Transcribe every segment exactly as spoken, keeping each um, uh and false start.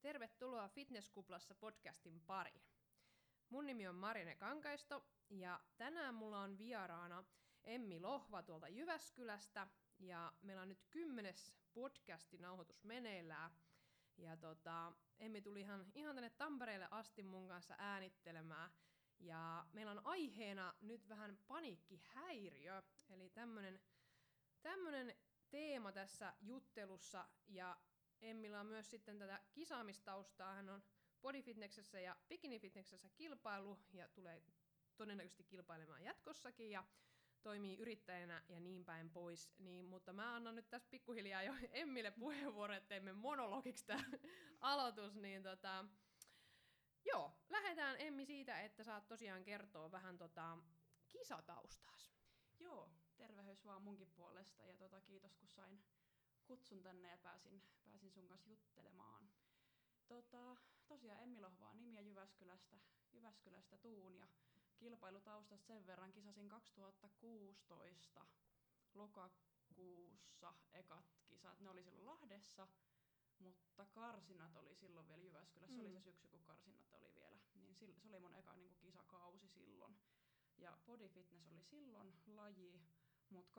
tervetuloa Fitnesskuplassa podcastin pariin. Mun nimi on Marjane Kankaisto ja tänään mulla on vieraana Emmi Lohva tuolta Jyväskylästä ja meillä on nyt kymmenes podcastinauhoitus meneillään. Ja tota, Emmi tuli ihan, ihan tänne Tampereelle asti mun kanssa äänittelemään. Ja meillä on aiheena nyt vähän paniikkihäiriö, eli tämmönen, tämmönen teema tässä juttelussa. Ja Emmillä on myös sitten tätä kisaamistaustaa. Hän on bodyfitnessessä ja bikinifitnessessä kilpailu ja tulee todennäköisesti kilpailemaan jatkossakin ja toimii yrittäjänä ja niin päin pois. Niin, mutta mä annan nyt tässä pikkuhiljaa jo Emmille puheenvuoron, että teemme monologiksi tämä aloitus. Niin tota, joo, lähdetään Emmi siitä, että saat tosiaan kertoa vähän tota kisataustaas. Joo, tervehdys vaan munkin puolesta ja tota, kiitos kun sain kutsun tänne ja pääsin, pääsin sun kanssa juttelemaan. Tota, tosiaan Emmi Lohva on nimi ja Jyväskylästä, Jyväskylästä tuun ja kilpailutaustasta sen verran kisasin kaksituhattakuusitoista lokakuussa ekat kisat. Ne oli silloin Lahdessa, mutta karsinnat oli silloin vielä Jyväskylässä. Mm. Se oli se syksy, kun karsinnat oli vielä. Niin se oli mun eka niin kuin kisakausi silloin. Ja body fitness oli silloin laji, mutta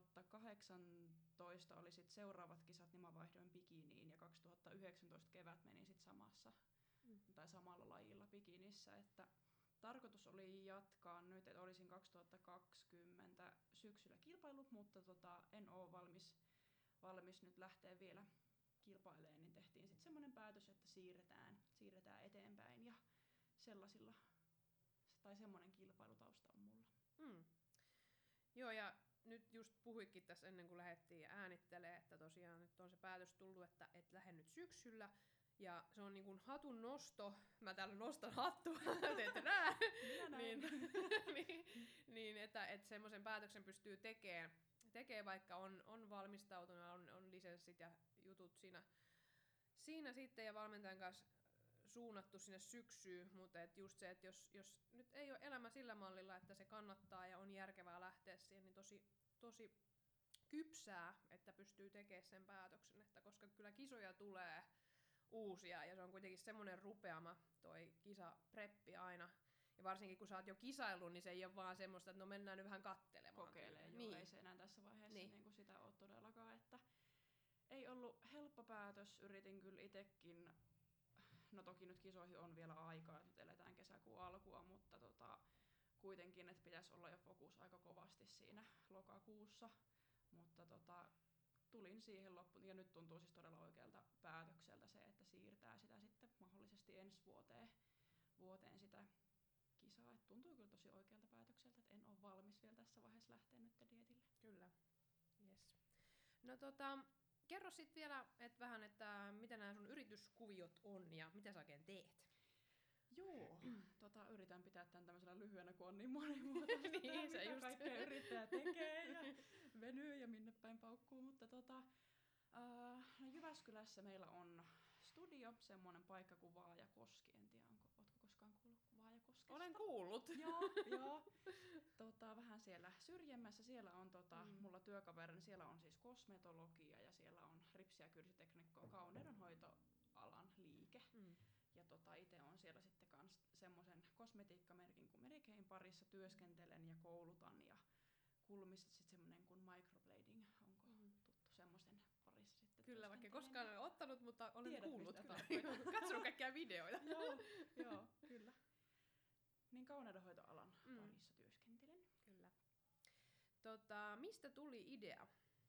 kaksituhattakahdeksantoista oli sit seuraavat kisat, niin mä vaihdoin bikiniin ja kaksituhattayhdeksäntoista kevät meni sit samassa mm. tai samalla lajilla bikinissä, että tarkoitus oli jatkaa nyt, että olisin kaksituhattakaksikymmentä syksyllä kilpailu, mutta tota, en ole valmis, valmis nyt lähteä vielä kilpailemaan, niin tehtiin sitten semmoinen päätös, että siirretään, siirretään eteenpäin ja sellaisilla, tai semmoinen kilpailutausta on mulla. Mm. Joo, ja nyt just puhuikin tässä ennen kuin lähdettiin äänittelemään, että tosiaan nyt on se päätös tullut, että et lähde nyt syksyllä. Ja se on niin kuin hatun nosto, mä täällä nostan hattua, te ette näe, niin, niin, niin että, että semmoisen päätöksen pystyy tekemään, tekee, vaikka on, on valmistautunut, on, on lisenssit ja jutut siinä, siinä sitten ja valmentajan kanssa suunnattu sinne syksyyn, mutta et just se, että jos, jos nyt ei ole elämä sillä mallilla, että se kannattaa ja on järkevää lähteä siihen, niin tosi, tosi kypsää, että pystyy tekemään sen päätöksen, että koska kyllä kisoja tulee uusia, ja se on kuitenkin semmoinen rupeama toi kisapreppi aina. Ja varsinkin kun sä oot jo kisaillut, niin se ei ole vaan semmoista, että no mennään nyt vähän kattelemaan. Kokeilee, joo, niin. Ei se enää tässä vaiheessa niin. Niin kuin sitä ole todellakaan. Että ei ollut helppo päätös, yritin kyllä itsekin, no toki nyt kisoihin on vielä aikaa, että nyt eletään kesäkuun alkua, mutta tota, kuitenkin, että pitäisi olla jo fokus aika kovasti siinä lokakuussa, mutta tota, tulin siihen loppuun, ja nyt tuntuu siis todella oikealta päätökseltä se, että siirtää sitä sitten mahdollisesti ensi vuoteen, vuoteen sitä kisaa. Et tuntuu kyllä tosi oikealta päätökseltä, että en ole valmis vielä tässä vaiheessa lähteä nyt dietille. Kyllä, yes. No tota, kerro sitten vielä et vähän, että mitä nämä sun yrityskuviot on ja mitä sä oikein teet? Joo, tota, yritän pitää tämän tämmöisellä lyhyenä, kun on niin monimuotoista, niin, se mitä just. kaikkea yrittää tekee ja venyy ja minne päin paukkuu. Mutta tota, äh, no Jyväskylässä meillä on studio, semmoinen paikka kuin Vaajakoski. En tiedä, onko, ootko koskaan kuullut Vaajakoskesta? Olen kuullut. Joo, joo. Tota, vähän siellä syrjemmässä. Siellä on tota, mm. mulla työkaverini, siellä on siis kosmetologia ja siellä on ripsi- ja kyrsitekniikka, kauneudenhoitoalan liike. Mm. Ja tota, itse on siellä sitten kans semmoisen kosmetiikkamerkin kuin Mary Kayn parissa työskentelen ja koulutan ja kulmissa sitten semmoinen kuin microblading, onko mm. tuttu semmoisen parissa sitten. Kyllä, vaikka koskaan en ole ottanut, mutta olen Tiedät, kuullut kyllä. Katsonut kaikkia videoita. joo, joo, kyllä. Niin kauneudenhoitoalan mm. parissa työskentelen. Kyllä. Tota, mistä tuli idea?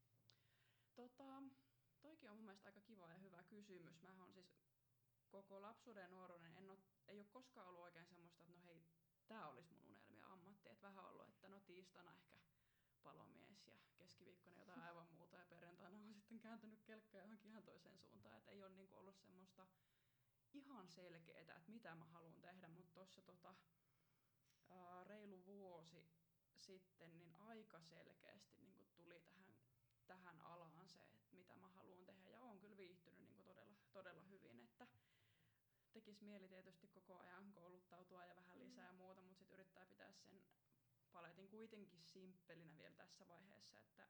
Tota, toikin on mun mielestä aika kiva ja hyvä kysymys. Mä oon siis koko lapsuuden ja nuoruuden en ole, ei ole koskaan ollut oikein semmoista, että no hei, tää olisi mun unelmia ammatti. Et vähän ollut, että no tiistaina ehkä palomies ja keskiviikkona jotain aivan muuta ja perjantaina on sitten kääntynyt kelkka johonkin ihan toiseen suuntaan. Et ei ole niinku ollut semmoista ihan selkeää, että mitä mä haluan tehdä, mutta tuossa tota, ää, reilu vuosi sitten niin aika selkeästi niinku tuli tähän, tähän alaan se, että mitä mä haluan tehdä ja oon kyllä viihtynyt niinku todella, todella hyvin, että tekisi mieli tietysti koko ajan kouluttautua ja vähän lisää ja muuta, mutta sitten yrittää pitää sen paletin kuitenkin simppelinä vielä tässä vaiheessa, että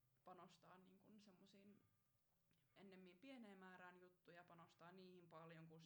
panostaa niin kuin semmoisiin ennemmin pieneen määrään juttuja, panostaa niihin paljon, kun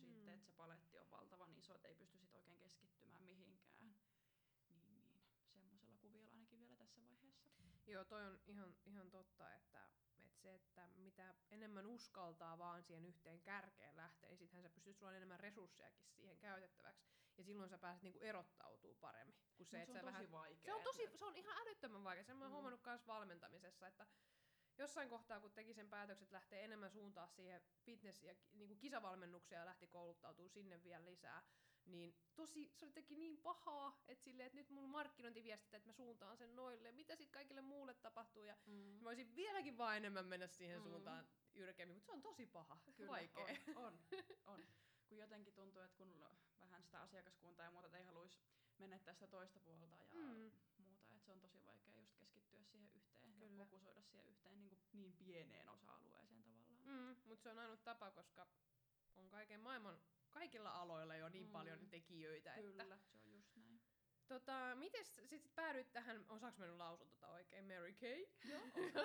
että se paletti on valtavan iso, että ei pysty sit oikein keskittymään mihinkään. Niin, niin semmoisella kuviolla ainakin vielä tässä vaiheessa. Joo, toi on ihan, ihan totta, että, että se, että mitä enemmän uskaltaa vaan siihen yhteen kärkeen lähteä, niin sittenhän sä pystyt sulla on enemmän resurssejakin siihen käytettäväksi. Ja silloin sä pääset niinku erottautuu paremmin. Kun se, se, että on sä tosi vähän, vaikea. se on tosi, se on ihan älyttömän vaikea. Sen mä oon Mm. huomannut myös valmentamisessa, että jossain kohtaa, kun teki sen päätöksen, että lähtee enemmän suuntaa siihen fitness- ja niinku kisavalmennuksia ja lähti kouluttautuu sinne vielä lisää, niin tosi, se teki niin pahaa, että, silleen, että nyt mun markkinointiviestit, että mä suuntaan sen noille, mitä sitten kaikille muulle tapahtuu, ja Mm. mä voisin vieläkin vaan enemmän mennä siihen Mm. suuntaan jyrkemmin, mutta se on tosi paha, Kyllä, vaikea. On, on, on. Kun jotenkin tuntuu, että kun vähän sitä asiakaskuntaa ja muuta, että ei haluaisi menettää sitä toista puolta ja Mm. muuta, että se on tosi vaikea just keskittyä siihen yhteen Kyllä. ja fokusoida siihen yhteen niin, kuin niin pieneen osa-alueeseen tavallaan. Mm, mutta se on ainut tapa, koska on kaiken maailman, kaikilla aloilla jo niin Mm. paljon tekijöitä, Kyllä, että se on just näin. Tota, miten sitten päädyit tähän, osaaks mä nyt lausua tota oikein, Mary Kay? Joo,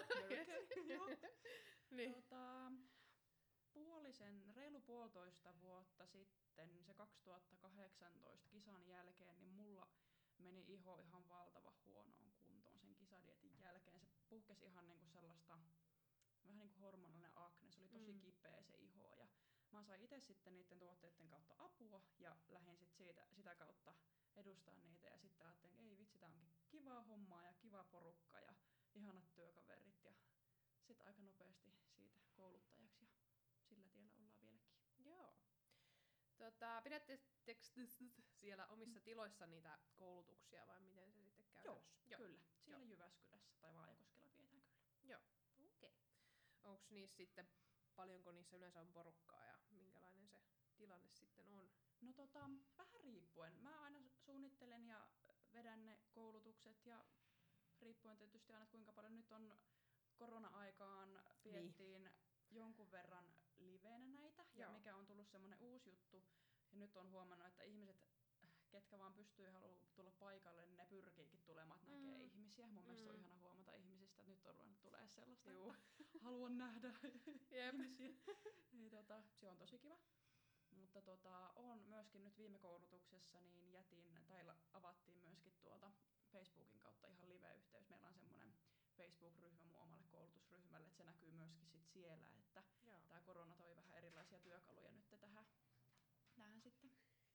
joo. Niin. Tota, puolisen, reilu puolitoista vuotta sitten, se kaksituhattakahdeksantoista kisan jälkeen, niin mulla meni iho ihan valtavan huonoon kuntoon sen kisadietin jälkeen. Se puhkesi ihan niinku sellaista, vähän niinku hormonallinen akne, se oli tosi Mm. kipeä se iho. Ja mä sain itse sitten niiden tuotteiden kautta apua ja lähdin sit siitä, sitä kautta edustaa niitä. Ja sitten ajattelin, että ei vitsi, tää onkin kivaa hommaa ja kiva porukka ja ihanat työkaverit. Ja sitten aika nopeasti siitä kouluttajaksi ja sillä tiellä ollaan vieläkin. Joo. Tota, pidättekö siellä omissa tiloissa niitä koulutuksia vai miten se sitten käytännössä? Joo, kyllä. Siellä Joo. Jyväskylässä tai Vaajakoskella vietään kyllä. Joo, okei. Okay. Onko niissä sitten, paljonko niissä yleensä on porukkaa ja minkälainen se tilanne sitten on? No tota, vähän riippuen. Mä aina suunnittelen ja vedän ne koulutukset ja riippuen tietysti aina, että kuinka paljon nyt on korona-aikaan piettiin niin. jonkun verran liveenä näitä. Ja Joo. mikä on tullut semmoinen uusi juttu. Ja nyt on huomannut, että ihmiset, ketkä vaan pystyy ja haluaa tulla paikalle, niin ne pyrkiikin tulemaan, että mm. näkee ihmisiä. Mun mm. mielestä se on ihana huomata ihmisistä, että nyt on ruvennut tulee sellaista, Juu. että haluan nähdä ihmisiä. Niin, tota, se on tosi kiva. Mutta tota, on myöskin nyt viime koulutuksessa niin jätin, tai avattiin myöskin tuolta Facebookin kautta ihan live-yhteys. Meillä on semmoinen Facebook-ryhmä mun omalle koulutusryhmälle, että se näkyy myöskin sit siellä, että tämä korona toi vähän erilaisia työkaluja nyt tähän, tähän sitten.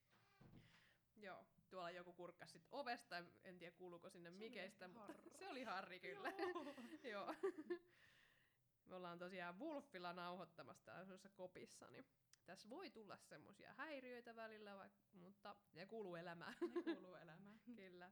Joo, tuolla joku kurkkas sit ovesta, en tiedä kuuluuko sinne se mikeistä, mutta mutta se oli Harri kyllä. Joo. Me ollaan tosiaan Wolfilla nauhoittamassa täällä kopissa, niin tässä voi tulla semmosia häiriöitä välillä, vaikka, mutta ne kuuluu elämään. Ne kuuluu elämään. Kyllä.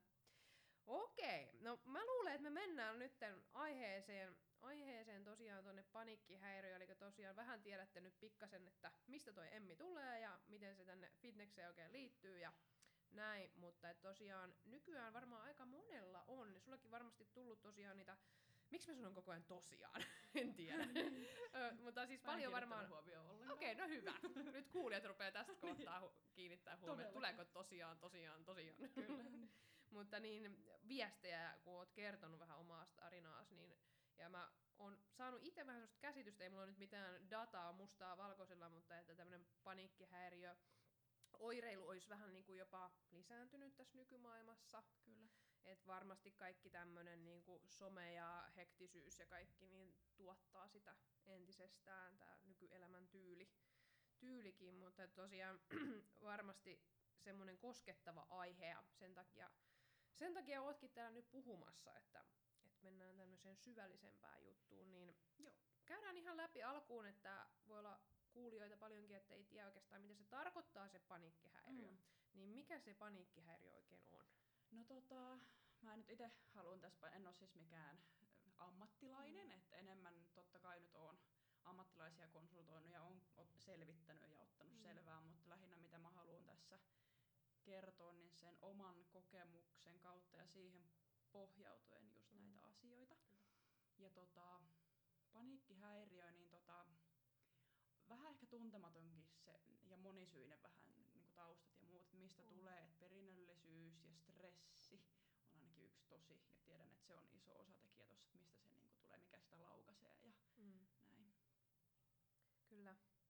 Okei, no mä luulen, että me mennään nyt aiheeseen, aiheeseen tosiaan tuonne paniikkihäiriöön, eli tosiaan vähän tiedätte nyt pikkasen, että mistä toi Emmi tulee ja miten se tänne fitnekseen oikein liittyy ja näin, mutta et tosiaan nykyään varmaan aika monella on, niin sullakin varmasti tullut tosiaan niitä, miksi mä sanon koko ajan tosiaan, en tiedä, Ö, mutta siis mä paljon varmaan, okei, okay, no hyvä, nyt kuulijat rupeaa tästä kohtaa hu- kiinnittää huomioon, Todellakin. tuleeko tosiaan, tosiaan, tosiaan. Kyllä. Mutta niin viestejä, kun oot kertonut vähän omasta tarinaasi, niin ja mä oon saanut itse vähän sellaista käsitystä, ei mulla ole nyt mitään dataa mustaa valkoisella, mutta että tämmönen paniikkihäiriö, oireilu olisi vähän niin kuin jopa lisääntynyt tässä nykymaailmassa. Kyllä. Et varmasti kaikki tämmönen niin kuin some ja hektisyys ja kaikki niin tuottaa sitä entisestään, tää nykyelämän tyyli, tyylikin, mutta tosiaan varmasti semmoinen koskettava aihe ja sen takia, sen takia ootkin täällä nyt puhumassa, että, että mennään tämmöiseen syvällisempään juttuun, niin Joo. käydään ihan läpi alkuun, että voi olla kuulijoita paljonkin, että ei tiedä oikeastaan mitä se tarkoittaa se paniikkihäiriö, Mm. niin mikä se paniikkihäiriö oikein on? No tota, mä nyt itse haluan tässä, en ole siis mikään ammattilainen, mm. että enemmän totta kai nyt oon ammattilaisia konsultoinut ja on selvittänyt ja ottanut mm. selvää, mutta lähinnä mitä mä haluan tässä kertoa, niin sen oman kokemuksen kautta ja siihen pohjautuen just mm. näitä asioita. Mm. Ja tota, paniikkihäiriö, niin tota, vähän ehkä tuntematonkin se ja monisyinen vähän niin kuin taustat ja muut, että mistä mm. tulee, että perinnöllisyys ja stressi on ainakin yksi tosi, ja tiedän, että se on iso osatekijä tuossa, mistä se niin kuin tulee, mikä sitä laukaisee ja Mm. näin. Kyllä.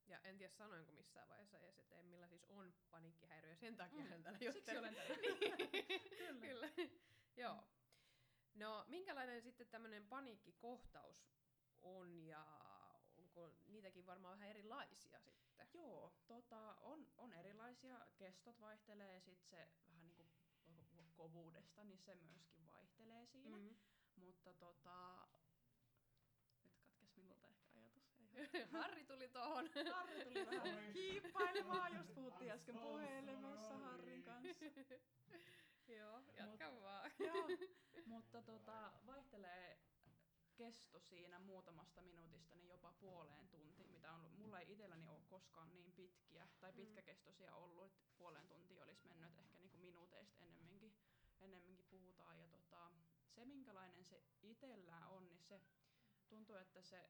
Ja en tiedä sanoinko missään vaiheessa edes, että Emmillä siis on paniikkihäiriö, sen takia Mm. hän täällä Siksi juttelee. olen täällä. Kyllä. Kyllä. Joo. No minkälainen sitten tämmöinen paniikkikohtaus on ja onko niitäkin varmaan vähän erilaisia sitten? Joo, tota, on, on erilaisia. Kestot vaihtelee ja sit se vähän niinku kovuudesta, niin se myöskin vaihtelee siinä. Mm. Mutta tota, nyt katkes minulta ehkä ajatus. Ei Harri tuli tohon. Harri tuli vähän hiippailemaan, just puhuttiin äsken puhelimessa Harrin kanssa. Joo, jatka Mut, vaan. Joo, mutta tota, vaihtelee kesto siinä muutamasta minuutista niin jopa puoleen tuntiin, mitä on, mulla ei itselläni ole koskaan niin pitkiä tai Mm. pitkäkestoisia ollut, että puoleen tuntia olisi mennyt ehkä niinku minuuteista ennemminkin, ennemminkin puhutaan. Ja tota, se minkälainen se itsellään on, niin se tuntuu, että se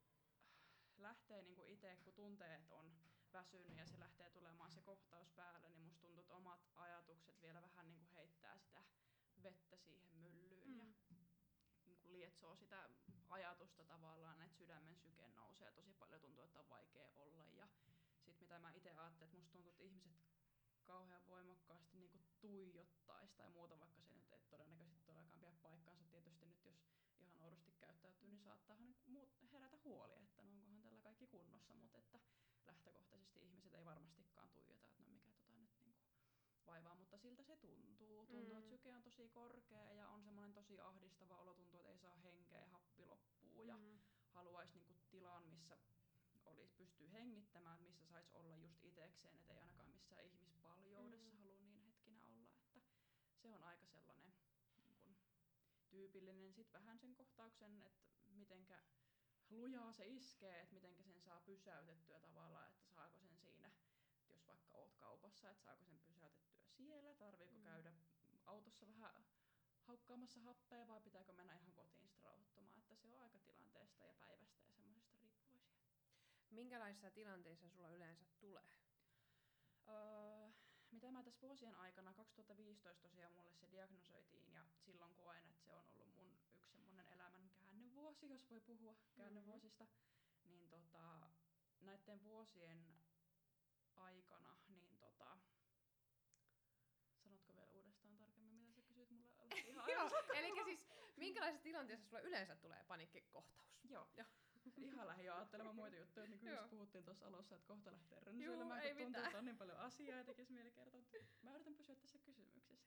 lähtee niinku itse, kun tuntee, että on väsynyt ja se lähtee tulemaan se kohtaus päälle, niin musta tuntuu, että omat ajatukset vielä vähän niinku heittää sitä vettä siihen myllyyn Mm. ja niinku lietsoo sitä ajatusta tavallaan, että sydämen syke nousee ja tosi paljon tuntuu, että on vaikea olla. Ja sit mitä mä itse ajattelin, että musta tuntuu, että ihmiset kauhean voimakkaasti niinku tuijottais tai muuta, vaikka se nyt ei todennäköisesti todellakaan pidä paikkaansa. Tietysti nyt jos ihan oudosti käyttäytyy, niin saattaahan muut herätä huoli, että no onkohan tällä kaikki kunnossa, mutta että lähtökohtaisesti ihmiset ei varmastikaan tuijota, että no mikä tota nyt niinku vaivaa, mutta siltä se tuntuu. Tuntuu, Mm. että syke on tosi korkea ja on semmoinen tosi ahdistava olo, tuntuu, että ei saa henkeä ja happi loppuu ja Mm. haluaisi niinku tilan, missä olisi, pystyy hengittämään, missä saisi olla just itekseen, et ei ainakaan missään ihmispaljoudessa Mm. halua niin hetkinä olla, että se on aika sellainen niin kun, tyypillinen. Sitten vähän sen kohtauksen, että mitenkä lujaa se iskee, että mitenkä sen saa pysäytettyä tavallaan, että saako sen siinä, että jos vaikka oot kaupassa, että saako sen pysäytettyä siellä, tarviiko Mm. käydä autossa vähän haukkaamassa happea vai pitääkö mennä ihan kotiin sitten rauhoittumaan, että se on aika tilanteesta ja päivästä ja semmoisesta riippuvaisia. Minkälaisissa tilanteissa sulla yleensä tulee? Öö, mitä mä tässä vuosien aikana, kaksituhattaviisitoista tosiaan mulle se diagnosoitiin ja silloin koen, että se on ollut mun yksi semmonen elämän käännevuosi, jos voi puhua käännevuosista, mm-hmm. niin tota, näiden vuosien aikana, niin tota, sanotko vielä uudestaan tarkemmin, mitä sä kysyit mulle? Ihan Joo, eli siis minkälaisissa tilanteissa sulla yleensä tulee paniikkikohtaus? Joo. Joo. Ihan lähdin jo ajattelemaan muita juttuja, niin kuin Joo. just puhuttiin tuossa alussa, että kohta lähtee Juu, rönsyilemään, ei kun tuntuu, mitään. että on niin paljon asiaa ja tekisi mieli kertoa. Mä yritän pysyä tässä kysymyksessä.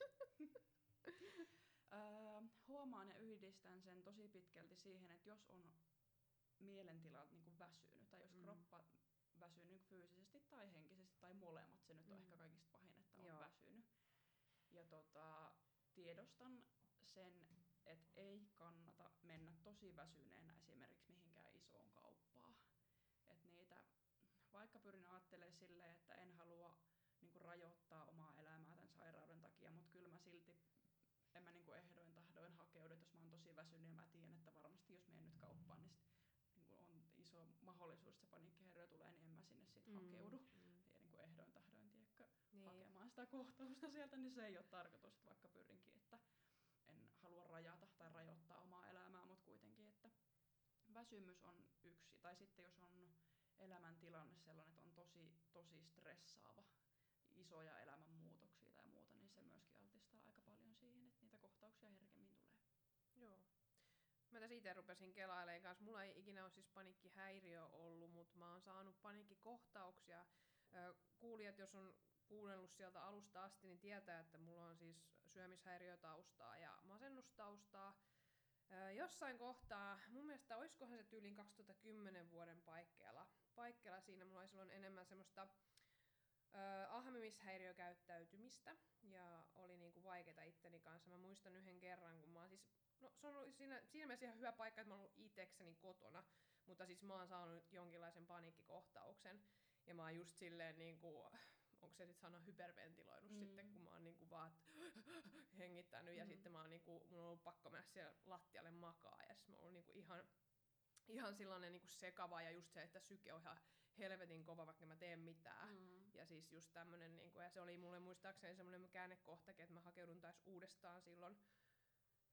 öö, huomaan ja yhdistän sen tosi pitkälti siihen, että jos on mielentila niin kuin väsynyt tai jos Mm. kroppa väsyy niin fyysisesti tai henkisesti tai molemmat, se nyt on Mm. ehkä kaikista pahin, että on Joo. väsynyt. Ja tota, tiedostan sen, että ei kannata mennä tosi väsyneenä esimerkiksi mihinkään isoon kauppaan. Et niitä, vaikka pyrin ajattelemaan silleen, että en halua niinku rajoittaa omaa elämää tämän sairauden takia, mutta kyllä mä silti en mä niinku ehdoin tahdoin hakeudu, jos mä oon tosi väsynyt ja mä tiedän, että varmasti jos menen nyt kauppaan, niin sit, niinku on iso mahdollisuus, että se paniikkihäiriö tulee, niin en mä sinne sit Mm, hakeudu. mm. Ja niinku ehdoin tahdoin tiedätkö, Niin. hakemaan sitä kohtausta sieltä, niin se ei ole tarkoitus, että vaikka pyrinkin, että en halua rajata tai rajoittaa omaa elämää, mutta kuitenkin, että väsymys on yksi. Tai sitten jos on elämäntilanne sellainen, että on tosi, tosi stressaava, isoja elämänmuutoksia tai muuta, niin se myöskin altistaa aika paljon siihen, että niitä kohtauksia herkemmin tulee. Joo. Mä tässä itse rupesin kelailemaan kanssa. Mulla ei ikinä ole siis paniikkihäiriö ollut, mutta mä oon saanut paniikkikohtauksia. Ö, Kuulijat, jos on kuunnellut sieltä alusta asti, niin tietää, että mulla on siis syömishäiriötaustaa ja masennustaustaa. Ö, Jossain kohtaa, mun mielestä oiskohan se tyyliin kaksituhattakymmenen vuoden paikkeilla. Paikkeilla siinä mulla oli silloin enemmän semmoista ö, ahmimishäiriökäyttäytymistä ja oli niinku vaikeita itteni kanssa. Mä muistan yhden kerran, kun mä oon siis, no se on ollut siinä, siinä mielessä ihan hyvä paikka, että mä oon ollut itekseni kotona, mutta siis mä oon saanut jonkinlaisen paniikkikohtauksen ja mä oon just silleen niinku, onko se sit sana hyperventiloinut mm. sitten, kun mä oon niinku vaan hengittänyt mm. ja sitten mä oon niinku, mun on ollut pakko mennä siellä lattialle makaa ja siis mä oon ollut niinku ihan, ihan sellainen niinku sekava ja just se, että syke on ihan helvetin kova, vaikka mä teen mitään. Mm. Ja siis just tämmönen, niinku, ja se oli mulle muistaakseni semmoinen käännekohtakin, että mä hakeudun taas uudestaan silloin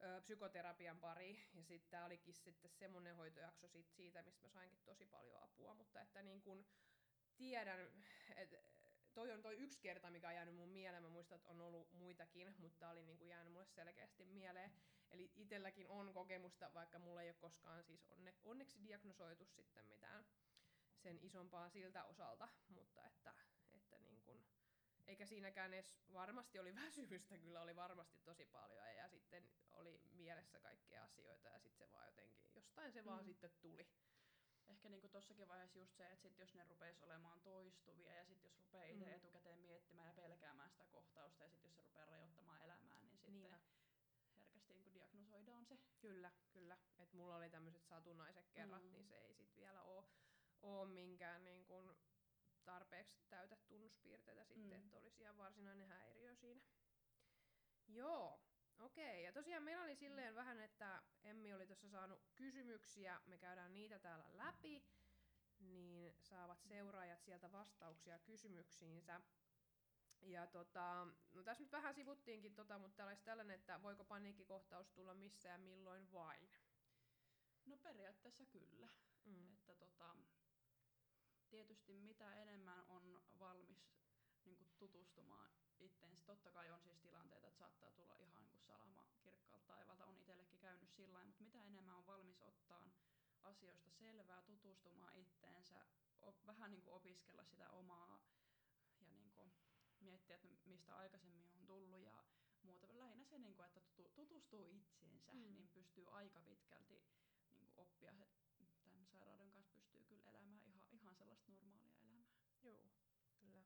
ö, psykoterapian pari, ja sitten tää olikin sitten semmonen hoitojakso sit siitä, mistä mä sainkin tosi paljon apua, mutta että niin kun tiedän, että toi on toi yksi kerta, mikä on jäänyt mun mieleen. Mä muistan, että on ollut muitakin, mutta tää oli niinku jäänyt mulle selkeästi mieleen. Eli itselläkin on kokemusta, vaikka mulla ei ole koskaan siis onne, onneksi diagnosoitu sitten mitään sen isompaa siltä osalta, mutta että, että niin kun, eikä siinäkään edes varmasti oli väsymystä, kyllä oli varmasti tosi paljon ja, ja sitten oli mielessä kaikkia asioita ja sitten se vaan jotenkin, jostain se mm. vaan sitten tuli. Ehkä niinku tossakin vaiheessa just se, että sit jos ne rupeis olemaan toistuvia ja sitten jos rupeaa itse mm. etukäteen miettimään ja pelkäämään sitä kohtausta ja sitten jos se rupeaa rajoittamaan elämää, niin sitten Niinpä. herkästi niinku diagnosoidaan se. Kyllä, kyllä. Et mulla oli tämmöiset satunnaiset kerrat, mm. niin se ei sit vielä oo, oo minkään niin kun tarpeeksi täytä tunnuspiirteitä sitten, mm. että olisi ihan varsinainen häiriö siinä. Joo. Okei, ja tosiaan meillä oli silleen vähän, että Emmi oli tuossa saanut kysymyksiä, me käydään niitä täällä läpi, niin saavat seuraajat sieltä vastauksia kysymyksiinsä. Ja tota, no tässä nyt vähän sivuttiinkin tota, mutta täällä olisi tällainen, että voiko paniikkikohtaus tulla missä ja milloin vain? No periaatteessa kyllä. Mm. Että tota, tietysti mitä enemmän on valmis niin kuin tutustumaan itteensä. Totta kai on siis tilanteita, että saattaa tulla ihan niin kuin salama kirkkaalta taivalta, on itsellekin käynyt sillä lailla, mutta mitä enemmän on valmis ottaa asioista selvää, tutustumaan itteensä, op, vähän niin kuin opiskella sitä omaa ja niin kuin miettiä, että mistä aikaisemmin on tullut ja muuta. Lähinnä se, niin kuin, että tutustuu itseensä, mm. niin pystyy aika pitkälti niin kuin oppia, että tämän sairauden kanssa pystyy kyllä elämään ihan, ihan sellaista normaalia elämää. Joo, kyllä.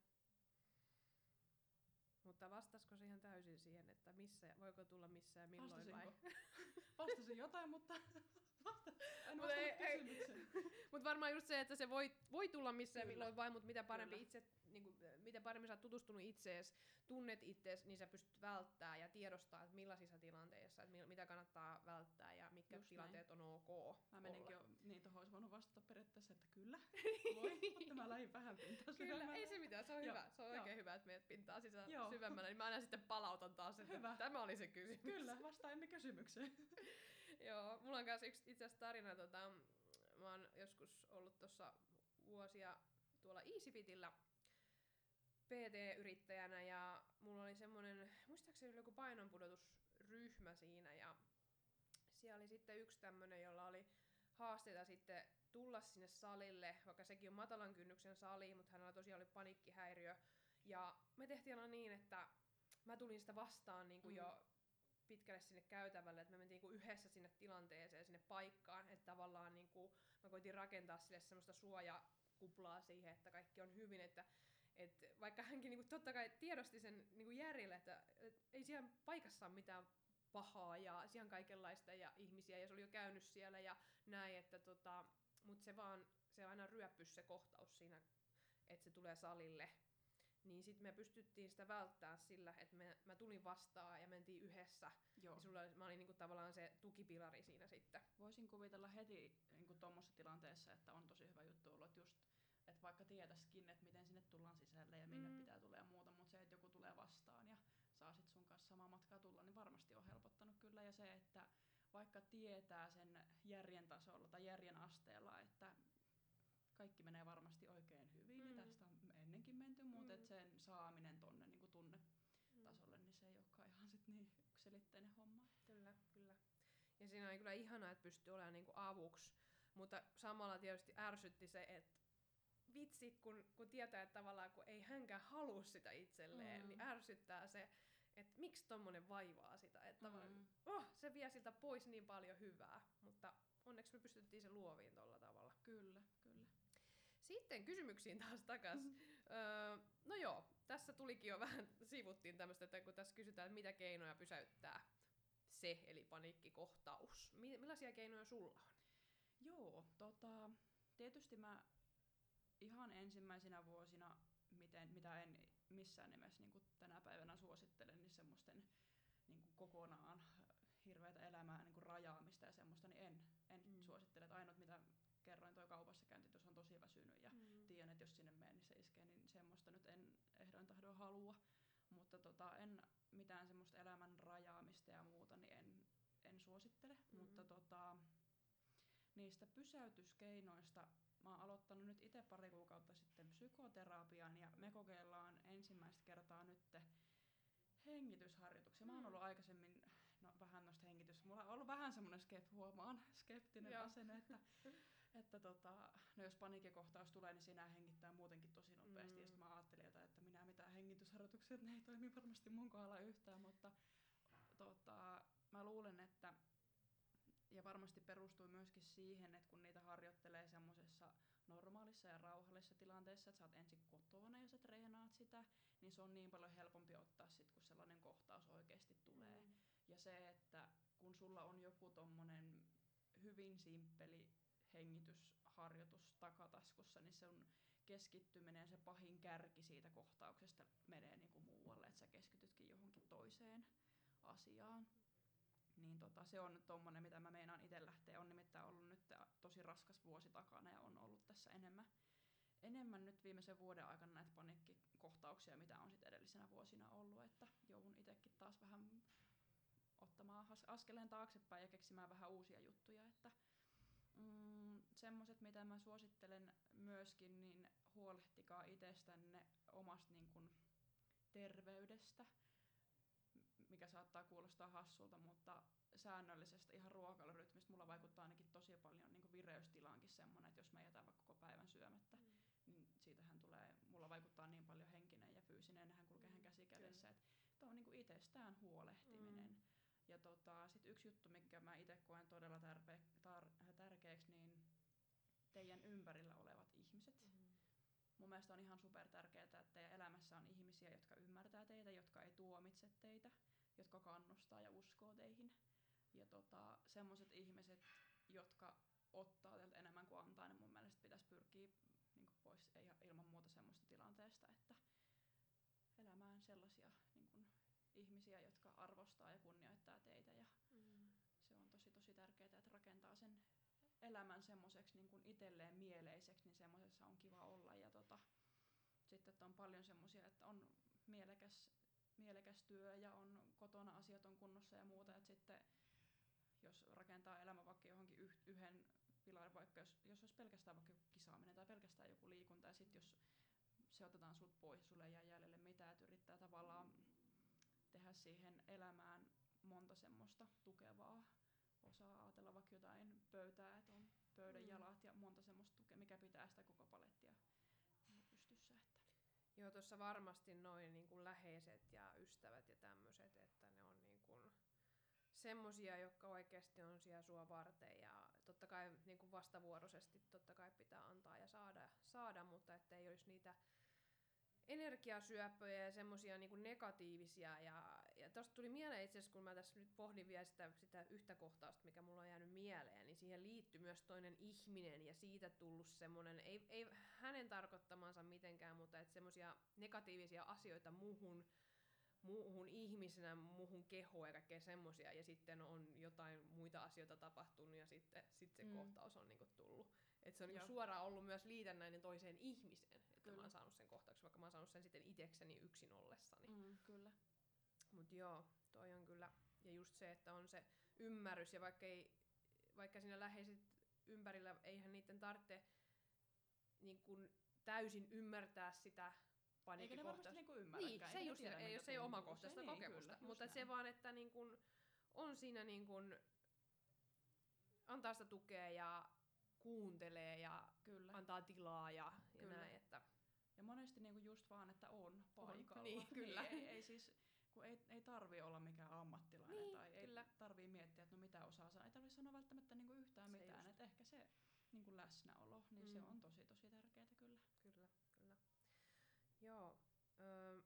Mutta vastasko se ihan täysin siihen, että missä, voiko tulla missä ja milloin Vastasinko? vai? Vastasin jotain, mutta vasta, en vastannut kysymykseen. Mutta varmaan just se, että se voi, voi tulla missä ja milloin vai, mutta mitä parempi itse, niin kuin, mitä paremmin sä oot tutustunut itseesi, tunnet itseesi, niin sä pystyt välttämään ja tiedostaa, että millaisissa tilanteissa, että mitä kannattaa välttää ja mitkä just tilanteet näin. On ok. Mä meninkin jo, niin tohon olisi voinut vastata periaatteessa, että kyllä, voi, mutta mä lähdin vähän pintaa Kyllä, ei se mitään, se on hyvä. Se on oikein Joo. hyvä, että meidät pintaa sisään Joo. syvemmällä, niin mä aina sitten palautan taas, että hyvä. Tämä oli se kysymys. Kyllä, vastaimme kysymykseen. Joo, mulla on kanssa yksi itse asiassa tarina, tota, mä oon joskus ollut tuossa vuosia tuolla EasyFitillä P T-yrittäjänä ja mulla oli semmonen, muistaakseni oli joku painonpudotusryhmä siinä ja siellä oli sitten yksi tämmönen, jolla oli haasteita sitten tulla sinne salille, vaikka sekin on matalan kynnyksen sali, mutta hänellä tosiaan oli paniikkihäiriö ja me tehtiin aina niin, että mä tulin sitä vastaan niin kuin mm. jo pitkälle sinne käytävälle, että me mentiin niin yhdessä sinne tilanteeseen, sinne paikkaan, että tavallaan niin kuin, mä koitin rakentaa sille semmoista suojakuplaa siihen, että kaikki on hyvin, että et vaikka hänkin niin kuin, totta kai tiedosti sen niin kuin järjellä, että et ei siellä paikassa ole mitään pahaa ja siellä on kaikenlaista ja ihmisiä ja se oli jo käynyt siellä ja näin, että tota, mutta se vaan, se aina ryöppys se kohtaus siinä, että se tulee salille. Niin sitten me pystyttiin sitä välttämään sillä, että me, mä tulin vastaan ja mentiin yhdessä. Ja sulla oli, mä olin niinku tavallaan se tukipilari siinä sitten. Voisin kuvitella heti niinku tuommoisessa tilanteessa, että on tosi hyvä juttu ollut, että just että vaikka tietäisikin, että miten sinne tullaan sisälle ja minne mm. pitää tulla ja muuta, mutta se, että joku tulee vastaan ja saa sit sun kanssa samaa matkaa tulla, niin varmasti on helpottanut kyllä. Ja se, että vaikka tietää sen järjen tasolla tai järjen asteella, että kaikki menee varmasti oikein hyvin, mm. ja tästä on ennenkin menty, mutta mm. sen saaminen tonne niin tunnetasolle, mm. niin se ei olekaan ihan sit niin yksiselitteinen homma. Kyllä, kyllä. Ja siinä on kyllä ihanaa, että pystyy olemaan niinku avuksi, mutta samalla tietysti ärsytti se, että vitsi, kun, kun tietää, että tavallaan kun ei hänkään halua sitä itselleen, mm. niin ärsyttää se, että miksi tommonen vaivaa sitä. Että mm. oh, se vie siltä pois niin paljon hyvää, mutta onneksi me pystyttiin se luoviin tolla tavalla. Kyllä, kyllä. Sitten kysymyksiin taas takas. öö, no joo, tässä tulikin jo vähän, sivuttiin tämmöistä, että kun tässä kysytään, että mitä keinoja pysäyttää se, eli paniikkikohtaus. Millaisia keinoja sulla on? Joo, tota, tietysti mä ihan ensimmäisinä vuosina, miten, mitä en missään nimessä niin kuin tänä päivänä suosittelen, niin semmoisten niin kuin kokonaan hirveätä elämää niin kuin rajaamista ja semmoista, niin en, en mm. suosittele. Että ainut mitä kerroin toi kaupassa käynti, jos on tosi väsynyt ja mm. tiedän, että jos sinne menen, niin se iskee, niin semmoista nyt en ehdoin tahdon halua. Mutta tota, en mitään semmoista elämän rajaamista ja muuta, niin en, en en suosittele, Mm-hmm. mutta tota, niistä pysäytyskeinoista mä oon aloittanut nyt itse pari kuukautta sitten psykoterapian ja me kokeillaan ensimmäistä kertaa nyt hengitysharjoituksia. Mä oon ollut aikaisemmin no, vähän noista hengitys... Mulla on ollut vähän semmoinen skep... huomaan, skeptinen Joo. asenne, että, että tota, no jos paniikkikohtaus tulee, niin sinä hengittää muutenkin tosi nopeasti. Mm. Ja sit mä ajattelin, että, että minä mitään hengitysharjoituksia, että ne ei toimi varmasti mun kohdalla yhtään, mutta tota, mä luulen, että ja varmasti perustuu myöskin siihen, että kun niitä harjoittelee semmosessa normaalissa ja rauhallisessa tilanteessa, että sä oot ensin kotona ja sä treenaat sitä, niin se on niin paljon helpompi ottaa sit, kun sellainen kohtaus oikeasti tulee. Mm. Ja se, että kun sulla on joku tommonen hyvin simppeli hengitysharjoitus takataskussa, niin sun keskittyminen ja se pahin kärki siitä kohtauksesta menee niinku muualle, että sä keskitytkin johonkin toiseen asiaan. Niin tota, se on tommonen, mitä mä meinaan ite lähteä. On nimittäin ollut nyt tosi raskas vuosi takana ja on ollut tässä enemmän, enemmän nyt viimeisen vuoden aikana näitä paniikkikohtauksia, mitä on sit edellisenä vuosina ollut, että joudun itekin taas vähän ottamaan askeleen taaksepäin ja keksimään vähän uusia juttuja, että mm, semmoset, mitä mä suosittelen myöskin, niin huolehtikaa itsestänne omasta niin kun, terveydestä, mikä saattaa kuulostaa hassulta, mutta säännöllisestä ihan ruokailurytmistä mulla vaikuttaa ainakin tosi paljon niin vireystilaankin semmoinen, että jos mä jätän vaikka koko päivän syömättä, mm. niin siitähän tulee, mulla vaikuttaa niin paljon henkinen ja fyysinen, nehän kulkee mm. käsi kädessä, että tämä on niin kuin itsestään huolehtiminen. Mm. Ja tota, sit yksi juttu, mikä mä itse koen todella tärpe, tar- tärkeäksi, niin teidän ympärillä olevat ihmiset. Mm. Mun mielestä on ihan super tärkeää, että teidän elämässä on ihmisiä, jotka ymmärtää teitä, jotka ei tuomitse teitä, jotka kannustaa ja uskoo teihin. Ja tota, semmoset ihmiset, jotka ottaa teiltä enemmän kuin antaa, niin mun mielestä pitäisi pyrkiä niin pois ei, ilman muuta semmoista tilanteesta, että elämään sellaisia niin kun, ihmisiä, jotka arvostaa ja kunnioittaa teitä. Ja mm. se on tosi tosi tärkeää, että rakentaa sen elämän semmoiseksi niin itselleen mieleiseksi, niin semmoisessa on kiva olla. Ja tota, sitten että on paljon semmoisia, että on mielekäs, mielekäs työ ja on kotona asiat on kunnossa ja muuta. Että sitten jos rakentaa elämä vaikka johonkin yh, yhden pilarin, vaikka jos, jos olisi pelkästään vaikka kisaaminen tai pelkästään joku liikunta, ja sitten jos se otetaan sut pois, sulle ei jää jäljelle mitään, että yrittää tavallaan tehdä siihen elämään monta semmoista tukevaa. Osaa ajatella vaikka jotain pöytää, että on pöydän mm. jalat ja monta semmoista tukea, mikä pitää sitä koko palettia pystyssä. Että. Joo, tuossa varmasti noin niin kuin läheiset ja ystävät ja tämmöiset, että ne on niin kuin semmosia, jotka oikeasti on siellä sua varten ja totta kai niin kuin vastavuoroisesti totta kai pitää antaa ja saada, saada mutta ettei olisi niitä energiasyöppöjä ja semmosia niinku negatiivisia. Ja, ja tosta tuli mieleen itse asiassa, kun mä tässä nyt pohdin vielä sitä, sitä yhtä kohtausta, mikä mulla on jäänyt mieleen, niin siihen liittyy myös toinen ihminen ja siitä tullut semmonen, ei, ei hänen tarkoittamansa mitenkään, mutta että semmosia negatiivisia asioita muuhun, muuhun ihmisenä, muuhun kehoon ja kaikkea semmosia. Ja sitten on jotain muita asioita tapahtunut ja sitten sit se mm. kohtaus on niinku tullut. Että se on niinku suoraan ollut myös liitännäinen toiseen ihmiseen, että kyllä. Mä oon saanut sen kohtauksen, vaikka mä oon saanut sen sitten itekseni yksin ollessani. Mm, kyllä. Mut joo, toi on kyllä, ja just se, että on se ymmärrys, ja vaikka, ei, vaikka siinä läheiset ympärillä, eihän niiden tarvitse niin kun täysin ymmärtää sitä paniikkikohtausta. Eikä ne varmasti niinku ymmärräkään. Niin, se just, ei, jos ei omakohtaista niin, kokemusta, kyllä, mutta näin. Se vaan, että niin kun on siinä niin kun antaa sitä tukea ja kuuntelee ja kyllä. Antaa tilaa ja, ja näin. Että. Ja monesti niinku just vaan, että on paikalla. Niin, kyllä. Niin, ei, ei, siis, kun ei, ei tarvii olla mikään ammattilainen niin, tai kyllä. ei tarvii miettiä, että no mitä osaa sanoa. Ei tarvii sanoa välttämättä niinku yhtään se mitään. Et ehkä se niinku läsnäolo, niin mm. se on tosi tosi tärkeää kyllä. Kyllä, kyllä. Joo. Öö,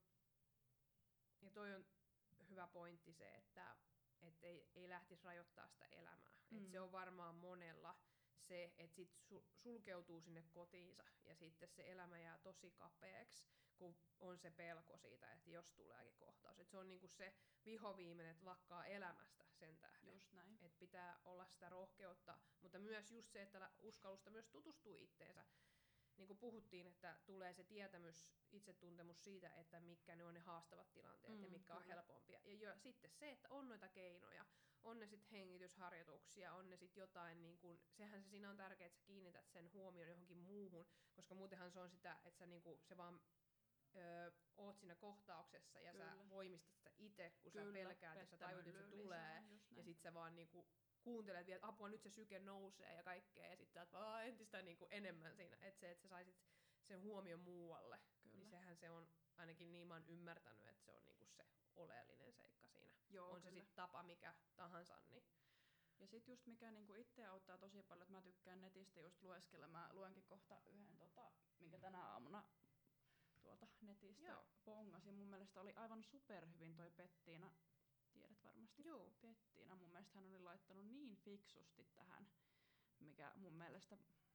ja toi on hyvä pointti se, että et ei, ei lähtisi rajoittaa sitä elämää. Mm. Et se on varmaan monella se, että sit sulkeutuu sinne kotiinsa ja sitten se elämä jää tosi kapeaksi, kun on se pelko siitä, että jos tuleekin kohtaus. Et se on niinku se vihoviimeinen, että lakkaa elämästä sen tähden. Just näin. Et pitää olla sitä rohkeutta, mutta myös just se, että uskallusta myös tutustua itteensä. niin kuin puhuttiin, että tulee se tietämys, itsetuntemus siitä, että mitkä ne on ne haastavat tilanteet mm, ja mitkä kyllä. on helpompia. Ja jo, sitten se, että on noita keinoja, on ne sitten hengitysharjoituksia, on ne sitten jotain, niin kun, sehän se siinä on tärkeää, että sä kiinnität sen huomion johonkin muuhun, koska muutenhan se on sitä, että sä niinku, se vaan öö, oot siinä kohtauksessa ja kyllä. sä voimistat sitä itse, kun kyllä, sä pelkäät ja sä tajut, että se tulee, ja sit sä vaan niinku kuuntelet vielä, että apua nyt se syke nousee ja kaikkea, ja sit sä oot vaan entistä niinku enemmän siinä, että se, että sä saisit sen huomion muualle, kyllä. niin sehän se on, ainakin niin mä oon ymmärtänyt, että se on niinku se oleellinen seikka siinä. Joo, on kyllä. se sitten tapa mikä tahansa. Niin. Ja sitten just mikä niinku itse auttaa tosi paljon, että mä tykkään netistä just lueskella. Mä luenkin kohta yhden, tota, minkä tänä aamuna tuolta netistä Joo. pongasin. Mun mielestä oli aivan superhyvin toi Pettiina. Tiedät varmasti. Joo. Pettiina. Mun mielestä hän oli laittanut niin fiksusti tähän, mikä mun mielestä...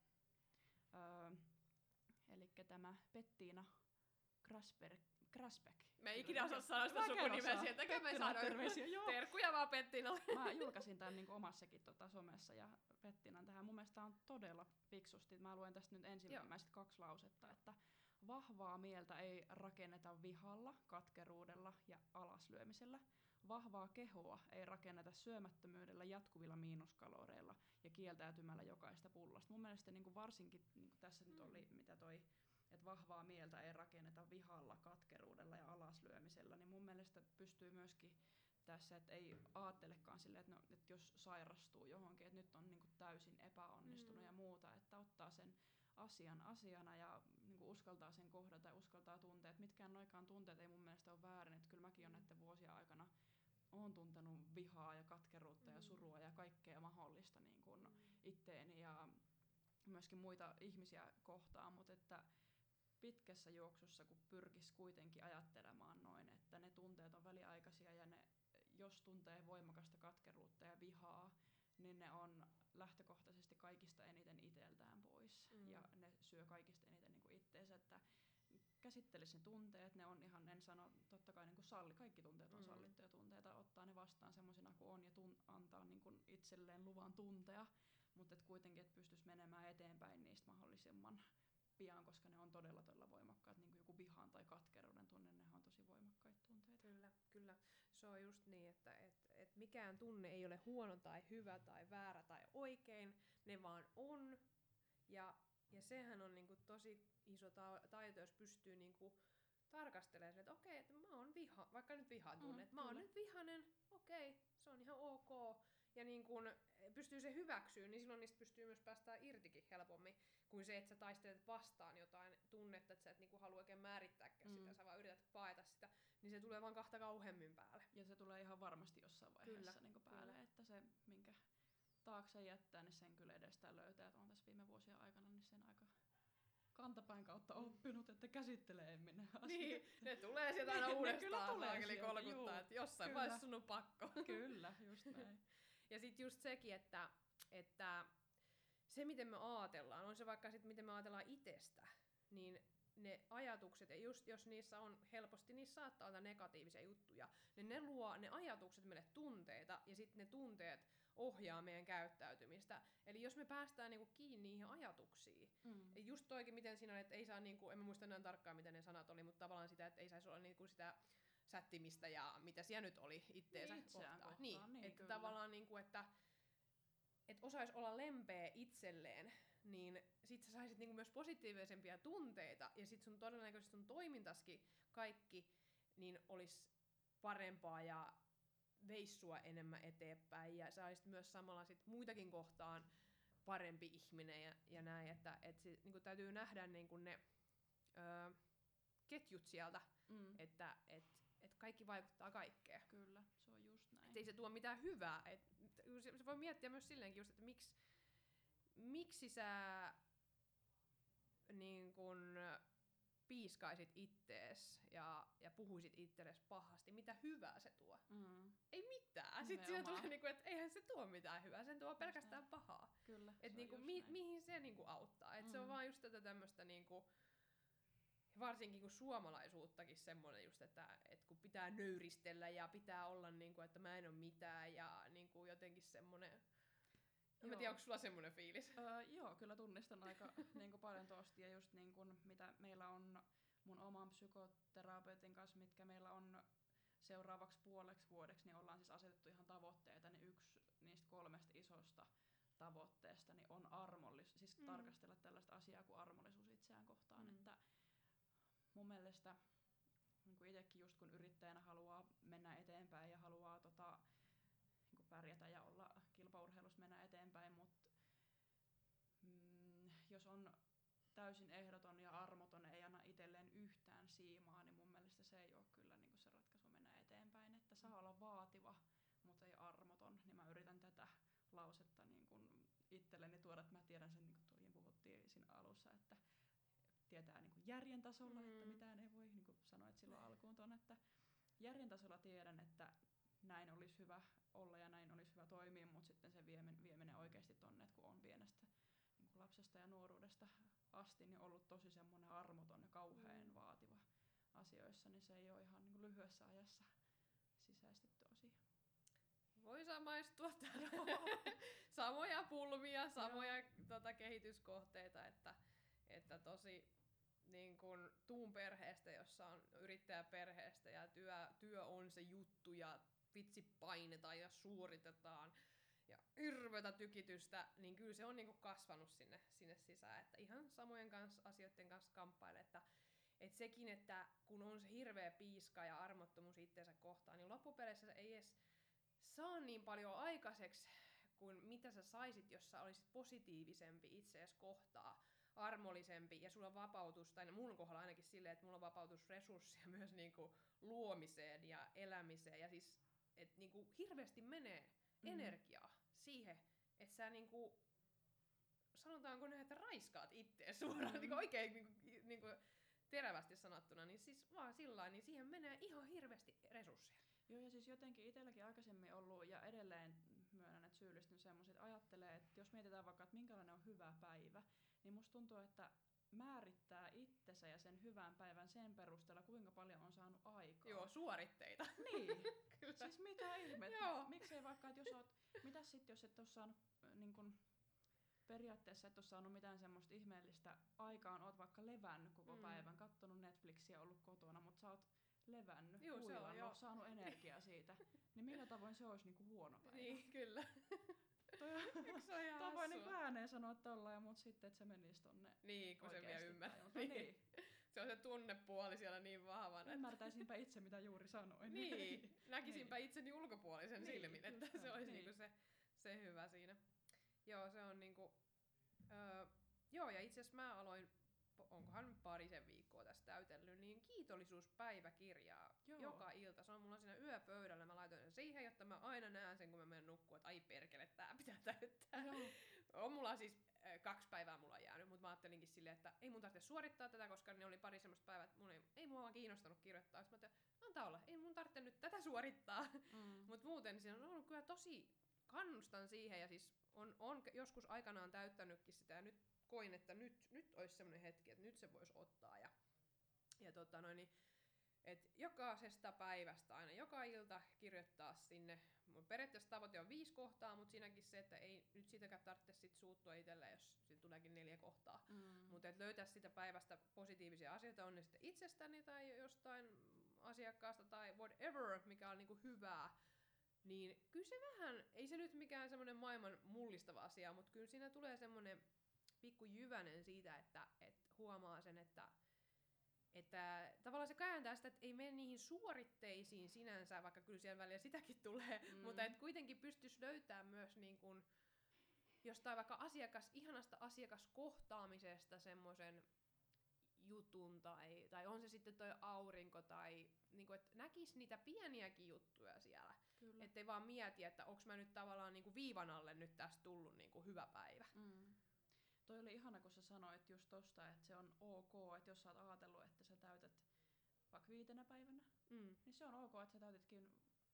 Öö, elikkä tämä Pettiina Grasberg. Grasbeck. Mä en ikinä osaa sanoa sitä sukunimeä sieltä, mä en saada terkkuja vaan Pettinalle. Mä julkaisin tän niin omassakin tota, somessa ja Pettinan tähän. Mun mielestä tää on todella fiksusti. Mä luen tästä nyt ensimmäiset kaksi lausetta, että vahvaa mieltä ei rakenneta vihalla, katkeruudella ja alaslyömisellä. Vahvaa kehoa ei rakenneta syömättömyydellä, jatkuvilla miinuskaloreilla ja kieltäytymällä jokaista pullasta. Mun mielestä niin kuin varsinkin niin kuin tässä mm. nyt oli, mitä toi, että vahvaa mieltä ei rakenneta vihalla, katkeruudella ja alaslyömisellä, niin mun mielestä pystyy myöskin tässä, että ei ajattelekaan silleen, että, no, että jos sairastuu johonkin, että nyt on niin kuin täysin epäonnistunut mm. ja muuta, että ottaa sen asian asiana ja niin kuin uskaltaa sen kohdata ja uskaltaa tuntea, että mitkään noikaan tunteet ei mun mielestä ole väärin, että kyllä mäkin olen näiden vuosien aikana oon tuntenut vihaa ja katkeruutta mm. ja surua ja kaikkea mahdollista niin kuin mm. itteeni ja myöskin muita ihmisiä kohtaan, mutta että pitkässä juoksussa, kun pyrkisi kuitenkin ajattelemaan noin, että ne tunteet on väliaikaisia ja ne, jos tuntee voimakasta katkeruutta ja vihaa, niin ne on lähtökohtaisesti kaikista eniten iteltään pois mm. ja ne syö kaikista eniten niin kuin itteensä, että käsittelisi ne tunteet, ne on ihan, en sano, totta kai niin kuin salli, kaikki tunteet on mm. sallittuja tunteita, ottaa ne vastaan semmoisina kuin on ja tun, antaa niin kuin itselleen luvan tuntea, mutta et kuitenkin, että pystyisi menemään eteenpäin niistä mahdollisimman pian, koska ne on todella todella voimakkaat, niin kuin joku vihan tai katkeruuden tunne, nehän on tosi voimakkaita tunteita. Kyllä, kyllä. Se on just niin, että et, et mikään tunne ei ole huono tai hyvä tai väärä tai oikein, ne vaan on. Ja, ja sehän on niinku tosi iso ta- taito, jos pystyy niinku tarkastelemaan, että okei, että mä oon viha, vaikka nyt vihan tunne, mm, että mä oon nyt vihanen, okei, se on ihan ok. Ja niin kun pystyy se hyväksyä, niin silloin niistä pystyy myös päästään irtikin helpommin, kuin se, että sä taistelet vastaan jotain tunnetta, että sä et niinku halua oikein määrittääkään mm. sitä, sä vaan yrität paeta sitä, niin se tulee vaan kahta kauheammin päälle. Ja se tulee ihan varmasti jossain vaiheessa kyllä, niin päälle, kyllä. Että se, minkä taakse jättää, niin sen kyllä edestään löytää. Että on tässä viime vuosien aikana niin sen aika kantapään kautta oppinut, että käsittelemmin ne asiat. Niin, ne tulee sieltä aina uudestaan, saakeli kolkuttaa, että jossain kyllä. vaiheessa sun on pakko. Kyllä, just näin. Ja sit just sekin, että, että se miten me ajatellaan, on se vaikka sit miten me ajatellaan itsestä, niin ne ajatukset, ja just jos niissä on helposti, niissä saattaa olla negatiivisia juttuja, niin ne luo ne ajatukset meille tunteita, ja sitten ne tunteet ohjaa meidän käyttäytymistä. Eli jos me päästään niinku kiinni niihin ajatuksiin, mm. just toikin miten siinä on, että ei saa, niinku, en mä muista enää tarkkaan miten ne sanat oli, mutta tavallaan sitä, että ei saisi olla niinku sitä sättimistä ja mitä siellä nyt oli itteensä niin, kohtaan. kohtaan. Niin, niin että tavallaan niinku, että et osais olla lempeä itselleen, niin sit sä saisit niinku myös positiivisempia tunteita, ja sit sun todennäköisesti sun toimintaskin kaikki niin olisi parempaa ja veis sua enemmän eteenpäin, ja sä olisit myös samalla sit muitakin kohtaan parempi ihminen ja, ja näin, että et sit, niinku täytyy nähdä niinku ne öö, ketjut sieltä, mm. että et, et kaikki vaikuttaa kaikkeen. Kyllä, se on just näin. Et ei se tuo mitään hyvää. Et, se voi miettiä myös silleenkin just, että miksi miksi sä niin kun piiskaisit ittees ja, ja puhuisit itsellesi pahasti, mitä hyvää se tuo? Mm. Ei mitään. Sitten siinä tulee, niinku, että eihän se tuo mitään hyvää, sen tuo pelkästään näin. Pahaa. Kyllä, et niinku, mi- mihin se niinku auttaa? Et mm. se on vaan just tätä tämmöstä niinku, varsinkin kun suomalaisuuttakin semmoinen just, että, että kun pitää nöyristellä ja pitää olla niinku, että mä en oo mitään ja niinku jotenkin semmoinen. En mä tiedä, onko sulla semmoinen fiilis? Öö, joo, kyllä tunnistan aika niinku paljon tosta. Ja just niinku, mitä meillä on mun oman psykoterapeutin kanssa, mitkä meillä on seuraavaksi puoleksi vuodeksi, niin ollaan siis asetettu ihan tavoitteita, niin yksi niistä kolmesta isosta tavoitteesta niin on armollisuus, siis mm. tarkastella tällaista asiaa kuin armollisuus itseään kohtaan. Mm. Että mun mielestä niin itsekin just kun yrittäjänä haluaa mennä eteenpäin ja haluaa tota, niin pärjätä ja olla kilpaurheilussa mennä eteenpäin, mutta mm, jos on täysin ehdoton ja armoton, ei anna itselleen yhtään siimaa, niin mun mielestä se ei ole kyllä niin se ratkaisu mennä eteenpäin. Että saa olla vaativa, mutta ei armoton, niin mä yritän tätä lausetta niin kun itselleni tuoda, että mä tiedän sen, niin kuin puhuttiin siinä alussa, että tietää niin kuin järjen tasolla, mm. että mitään ei voi, niin kuin sanoit silloin alkuun ton, että järjen tasolla tiedän, että näin olisi hyvä olla ja näin olisi hyvä toimia, mutta sitten se vie, vie menee oikeasti tonne, että kun on pienestä niin kuin lapsesta ja nuoruudesta asti niin ollut tosi semmoinen armoton ja kauhean mm. vaativa asioissa, niin se ei ole ihan niin kuin lyhyessä ajassa sisäistetty asia. Voi samaistua tähän. Samoja pulmia, samoja tota, kehityskohteita, että, että tosi niin kun, tuun perheestä, jossa on yrittäjäperheestä ja työ, työ on se juttu ja vitsi painetaan ja suoritetaan ja hirveätä tykitystä, niin kyllä se on niin kun, kasvanut sinne, sinne sisään. Että ihan samojen kanssa, asioiden kanssa kamppailee, että et sekin, että kun on se hirveä piiska ja armottomuus itseensä kohtaan, niin loppupeleissä se ei edes saa niin paljon aikaiseksi kuin mitä sä saisit, jos sä olisit positiivisempi itseäsi kohtaa, armollisempi ja sulla on vapautus, tai mun kohdalla ainakin silleen, että mulla on vapautusresursseja myös niinku luomiseen ja elämiseen ja siis, että niinku hirveästi menee mm. energiaa siihen, että sä niinku, sanotaanko ne, että raiskaat itseäsi suoraan, mm. niinku oikein niinku, niinku terävästi sanottuna, niin siis vaan sillain, niin siihen menee ihan hirveästi resursseja. Joo, ja siis jotenkin itselläkin aikaisemmin ollut ja edelleen myönnän, että syyllistyn semmoiset, että ajattelee, että jos mietitään vaikka, että minkälainen on hyvä päivä, niin musta tuntuu, että määrittää itsensä ja sen hyvän päivän sen perusteella, kuinka paljon on saanut aikaa. Joo, suoritteita. Niin, siis mitä ihmettä. Miksei vaikka, että jos oot, mitäs sit jos et oo saanut niin kun, periaatteessa et oo saanut mitään semmoista ihmeellistä aikaan, oot vaikka levännyt koko mm. päivän, kattonut Netflixiä, ollut kotona, mutta sä oot levännyt, Juu, huilannut, saanut energiaa siitä, niin millä tavoin se olisi niinku huono päivä? Niin, kyllä. Toi on, toi voi niinku ääneen sanoa tollain, mutta sitten, että se menisi tonne niin, kun se vielä ymmärtää. Niin. niin. Se on se tunnepuoli siellä niin vahvana. Ymmärtäisinpä itse, mitä juuri sanoin. Niin, näkisinpä niin. itseni ulkopuolisen niin, silmin, että se olisi niin. niinku se, se hyvä siinä. Joo, se on niinku... Öö, joo, ja itse asiassa mä aloin, onkohan parisen viikkoa tästä täytellyt, niin kiitollisuuspäiväkirjaa Joo. joka ilta. Se on mulla siinä yöpöydällä, mä laitoin sen siihen, jotta mä aina näen sen, kun mä menen nukkuun, että ai perkele, tää pitää täyttää. Joo. On mulla siis äh, kaksi päivää mulla on jäänyt, mutta mä ajattelinkin silleen, että ei mun tarvitse suorittaa tätä, koska ne oli pari semmoista päivää, että mun ei, ei mua vaan kiinnostanut kirjoittaa. Sitten mä ajattelin, antaa olla, ei mun tarvitse nyt tätä suorittaa. Mm. Mutta muuten siinä on ollut kyllä tosi, kannustan siihen ja siis on, on joskus aikanaan täyttänytkin sitä ja nyt koin, että nyt, nyt olisi semmoinen hetki, että nyt se voisi ottaa. Ja, ja tota noin, niin, et jokaisesta päivästä aina joka ilta kirjoittaa sinne. Mun periaatteessa tavoite on viisi kohtaa, mutta siinäkin se, että ei nyt sitäkään tarvitse sit suuttua itselleen, jos siitä tuleekin neljä kohtaa. Mm. Mutta löytää sitä päivästä positiivisia asioita, on ne sitten itsestäni tai jostain asiakkaasta tai whatever, mikä on niinku hyvää. Niin kyllä se vähän, ei se nyt mikään semmoinen maailman mullistava asia, mutta kyllä siinä tulee semmoinen pikku jyvänen siitä, että, että huomaa sen, että, että tavallaan se kääntää sitä, että ei mene niihin suoritteisiin sinänsä, vaikka kyllä siellä välillä sitäkin tulee, mm. mutta että kuitenkin pystyisi löytämään myös niin kuin jostain vaikka asiakas, ihanasta asiakaskohtaamisesta semmoisen jutun, tai, tai on se sitten toi aurinko, tai niin kuin, että näkisi niitä pieniäkin juttuja siellä. Kyllä. Ettei vaan mieti, että onko mä nyt tavallaan niin kuin viivan alle nyt tästä tullut niin kuin hyvä päivä. Mm. Toi oli ihana, kun sä sanoit just tosta, että se on ok, että jos sä oot ajatellut, että sä täytät vaikka viitenä päivänä, mm. niin se on ok, että sä täytitkin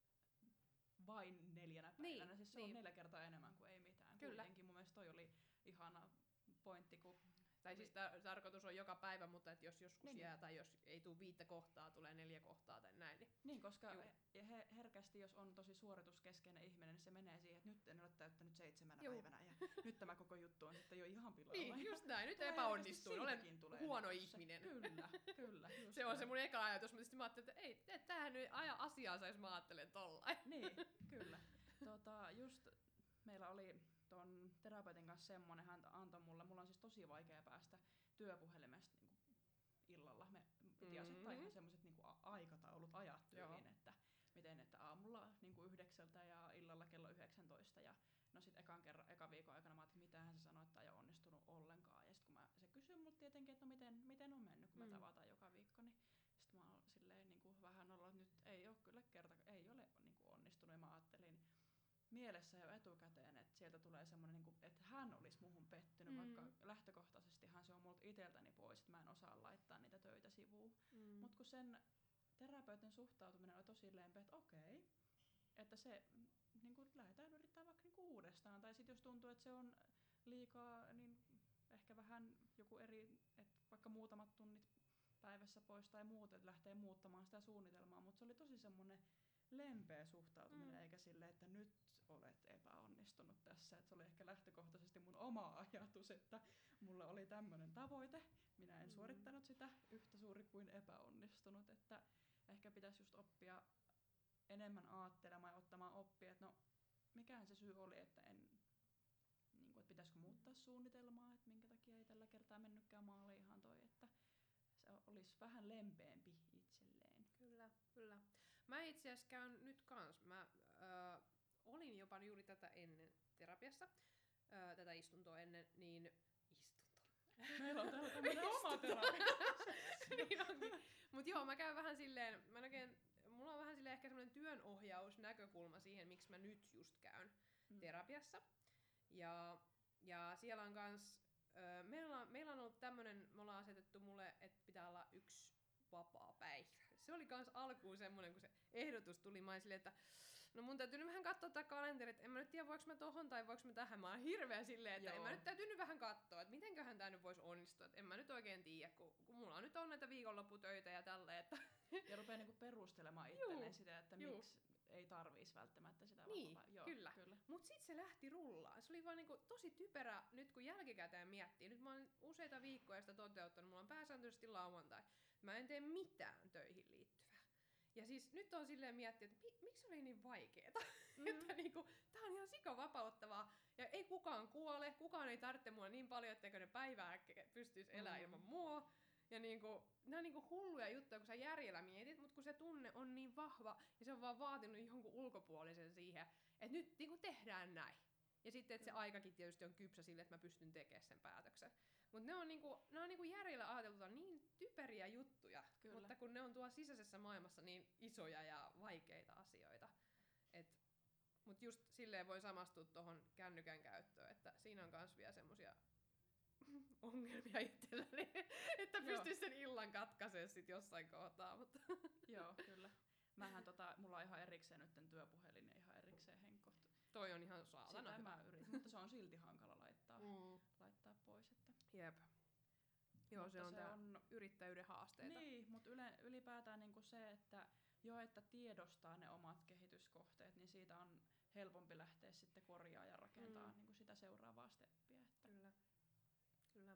vain neljänä päivänä. Niin, siis se niin. on neljä kertaa enemmän kuin ei mitään. Kyllä. Kuitenkin mun mielestä toi oli ihana pointti, kun Tai siis tar- tarkoitus on joka päivä, mutta et jos joskus Niin, jää niin. tai jos ei tule viittä kohtaa, tulee neljä kohtaa tai näin. Niin, Niin, koska Juu. he, he, herkästi, jos on tosi suorituskeskeinen ihminen, niin se menee siihen, että nyt en ole täyttänyt seitsemänä Juu. päivänä ja nyt tämä koko juttu on sitten jo ihan pilalla. niin just näin, nyt Tulee epäonnistuin, olen siitäkin tulee huono niinku se- ihminen. Kyllä, kyllä. just Se on näin. se mun eka ajatus, mutta sitten mä ajattelin, että ei, et tämähän nyt aja asiaansa, jos mä ajattelen tollain. Niin, kyllä. Tota, just meillä oli ton terapeutin kanssa semmonen, hän antoi mulle, mulla on siis tosi vaikea päästä työpuhelimesta niinku illalla. Me piti Mhm. asettaa ihan semmoset niinku a- aikataulut ajat Joo. tyyliin, että miten, että aamulla niinku yhdeksältä ja illalla kello yhdeksäntoista. Ja no sit ekan kerran, eka viikon aikana mä ajattelin, että mitähän se sanoi, että ei ole onnistunut ollenkaan. Ja sit kun mä, se kysyi mut tietenkin, että no miten, miten on mennyt, kun me Mm. tavataan joka viikko, niin sit mä oon silleen niinku vähän olla, että nyt ei ole kyllä kerta, ei ole niinku onnistunut. Ja mä ajattelin mielessä jo etukäteen, että sieltä tulee semmoinen, niinku, että hän olisi muhun pettynyt, Mm. vaikka lähtökohtaisestihan se on multa iteltäni pois, että mä en osaa laittaa niitä töitä sivuun. Mm. Mutta kun sen terapeutin suhtautuminen oli tosi lempeä, että okei, että se niin kuin lähdetään yrittää vaikka niin kuin uudestaan. Tai sitten jos tuntuu, että se on liikaa, niin ehkä vähän joku eri, että vaikka muutamat tunnit päivässä pois tai muut, että lähtee muuttamaan sitä suunnitelmaa. Mutta se oli tosi semmoinen lempeä suhtautuminen, Mm. eikä sille, että nyt olet epäonnistunut tässä. Et se oli ehkä lähtökohtaisesti mun oma ajatus, että mulla oli tämmöinen tavoite. Minä en Mm. suorittanut sitä yhtä suuri kuin epäonnistunut. Että ehkä pitäisi just oppia enemmän aattelemaan ja ottamaan oppia, että no mikähän se syy oli, että en, niin kuin, että pitäisikö muuttaa suunnitelmaa, että minkä takia ei tällä kertaa mennytkään maaliin ihan toi, että se olisi vähän lempeämpi itselleen. Kyllä, kyllä. Mä itse asiassa käyn nyt kans. Mä ö, olin jopa juuri tätä ennen terapiassa, ö, tätä istuntoa ennen, niin istunto. Meillä on täällä tämmönen oma terapia. niin onkin. Mut joo, mä käyn vähän silleen, mä näkeen, mulla on vähän silleen ehkä semmonen työnohjausnäkökulma siihen, miksi mä nyt just käyn Mm. terapiassa. Ja, ja siellä on kans, ö, meillä, on, meillä on ollut tämmönen, me ollaan asetettu mulle, että pitää olla yksi vapaa päivä. Se oli kans alkuun semmonen, kun se ehdotus tuli, mä olin silleen, että no mun täytyy nyt vähän katsoa tää kalenteri, että en mä nyt tiedä voiko mä tohon tai voiko mä tähän. Mä oon hirveän silleen, että Joo. en mä nyt täytyy nyt vähän katsoa, että mitenköhän tää nyt vois onnistua. Et en mä nyt oikein tiedä, kun, kun mulla nyt on näitä viikonlopputöitä ja tälleen, että Ja rupeaa niinku perustelemaan itselleen Juu, sitä, että juu. miksi ei tarviis välttämättä sitä Niin, vapaapää- Joo, kyllä. kyllä. Mut sit se lähti rullaan. Se oli vaan niinku tosi typerä, nyt kun jälkikäteen miettii. Nyt mä oon useita viikkoja sitä toteuttanut. Mulla on pääsääntöisesti lauantai. Mä en tee mitään töihin liittyvää. Ja siis nyt on silleen miettiä, että mi- miksi oli niin vaikeeta? Mm. että niinku, tää on ihan sika vapauttavaa. Ja ei kukaan kuole, kukaan ei tarvitse mua niin paljon, etteikö ne päivää pystyisi elämään Mm. ilman mua. Ja niinku, nää on niinku hulluja juttuja, kun sä järjellä mietit, mutta kun se tunne on niin vahva, ja se on vaan vaatinut jonkun ulkopuolisen siihen, että nyt niinku tehdään näin. Ja sitten, että se Kyllä. aikakin tietysti on kypsä sille, että mä pystyn tekemään sen päätöksen. Mutta ne on, niinku, ne on niinku järjellä ajateltuna niin typeriä juttuja, Kyllä. mutta kun ne on tuolla sisäisessä maailmassa niin isoja ja vaikeita asioita. Et, mut just silleen voi samastua tuohon kännykän käyttöön, että siinä on kans vielä semmosia ongelmia itselläni, että Joo. pystyis sen illan katkaisee sit jossain kohtaa. Mutta Joo, kyllä. Mähän tota, mulla on ihan erikseen nytten työpuhelin ja ihan erikseen henkot. toi on ihan saatana Sitä hyvä. mä yritin, mutta se on silti hankala laittaa, Mm. laittaa pois. Että. Jep. Joo, Mutta se on, se tää on yrittäjyyden haasteita. Niin, mutta yle, ylipäätään niinku se, että jo että tiedostaa ne omat kehityskohteet, niin siitä on helpompi lähteä sitten korjaa ja rakentaa Mm. niinku sitä seuraavaa steppiä. Että. Kyllä. Kyllä.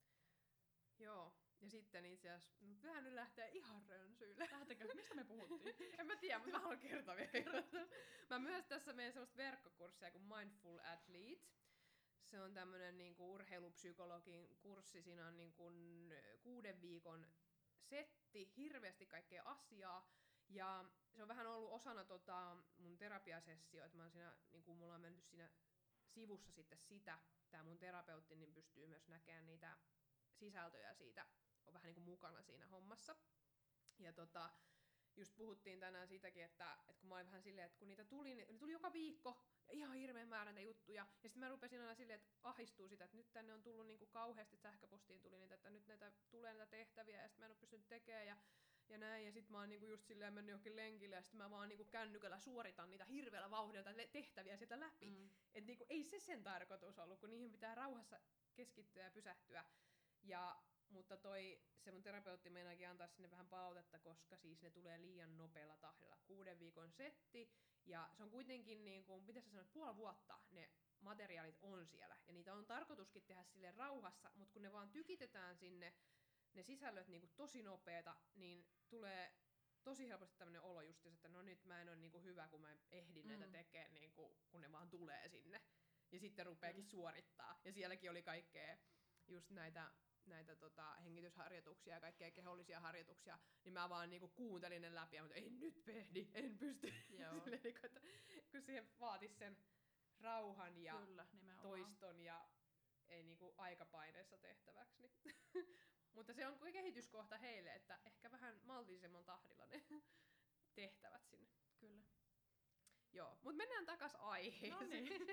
Joo. Ja sitten itse asiassa, no, vähän nyt lähtee ihan rönsyille. Lähtekö? Mistä me puhuttiin? En mä tiedä, mutta mä haluan kertoa vielä kerran. Mä myös tässä menen semmoista verkkokurssia kuin Mindful Athlete. Se on tämmönen niinku urheilupsykologin kurssi. Siinä on niinku kuuden viikon setti, hirveästi kaikkea asiaa. Ja se on vähän ollut osana tota mun terapiasessioita. Mä oon siinä, niinku mulla on mennyt siinä sivussa sitten sitä. Tää mun terapeutti niin pystyy myös näkemään niitä sisältöjä siitä. On vähän niinku mukana siinä hommassa. Ja tota, just puhuttiin tänään siitäkin, että, että kun mä olin vähän silleen, että kun niitä tuli, niin ne tuli joka viikko ja ihan hirveän määrä niitä juttuja. Ja sitten mä rupesin aina silleen, että ahistuu sitä, että nyt tänne on tullut niinku kauheasti, sähköpostiin tuli niitä, että nyt näitä tulee näitä tehtäviä ja sitten mä en ole pystynyt tekemään ja, ja näin. Ja sitten mä oon niinku just silleen mennyt johonkin lenkille ja sitten mä vaan niinku kännykällä suoritan niitä hirveällä vauhdilla tehtäviä sieltä läpi. Mm. Että niinku, ei se sen tarkoitus ollut, kun niihin pitää rauhassa keskittyä ja pysähtyä. Ja, mutta toi, se mun terapeutti meinaakin antaa sinne vähän palautetta, koska siis ne tulee liian nopealla tahdilla. Kuuden viikon setti, ja se on kuitenkin, niin kuin, mitä sä sanoit, puoli vuotta ne materiaalit on siellä. Ja niitä on tarkoituskin tehdä sille rauhassa, mutta kun ne vaan tykitetään sinne, ne sisällöt niin kuin tosi nopeeta, niin tulee tosi helposti tämmöinen olo just, että no nyt mä en ole niin kuin hyvä, kun mä en ehdi mm. näitä tekemään, niin kuin, kun ne vaan tulee sinne. Ja sitten rupeakin mm. suorittaa. Ja sielläkin oli kaikkea just näitä näitä tota, hengitysharjoituksia ja kaikkea kehollisia harjoituksia, niin mä vaan niinku kuuntelin ne läpi, mutta ei nyt pehdi, en pysty. Silleen, niinku, että, kun siihen vaatisi sen rauhan ja Kyllä, toiston ja ei niinku aikapaineessa tehtäväksi. Niin. Mutta se on kehityskohta heille, että ehkä vähän maltillisemman tahdilla ne tehtävät sinne. Kyllä. Joo, mutta mennään takas aiheeseen. No niin.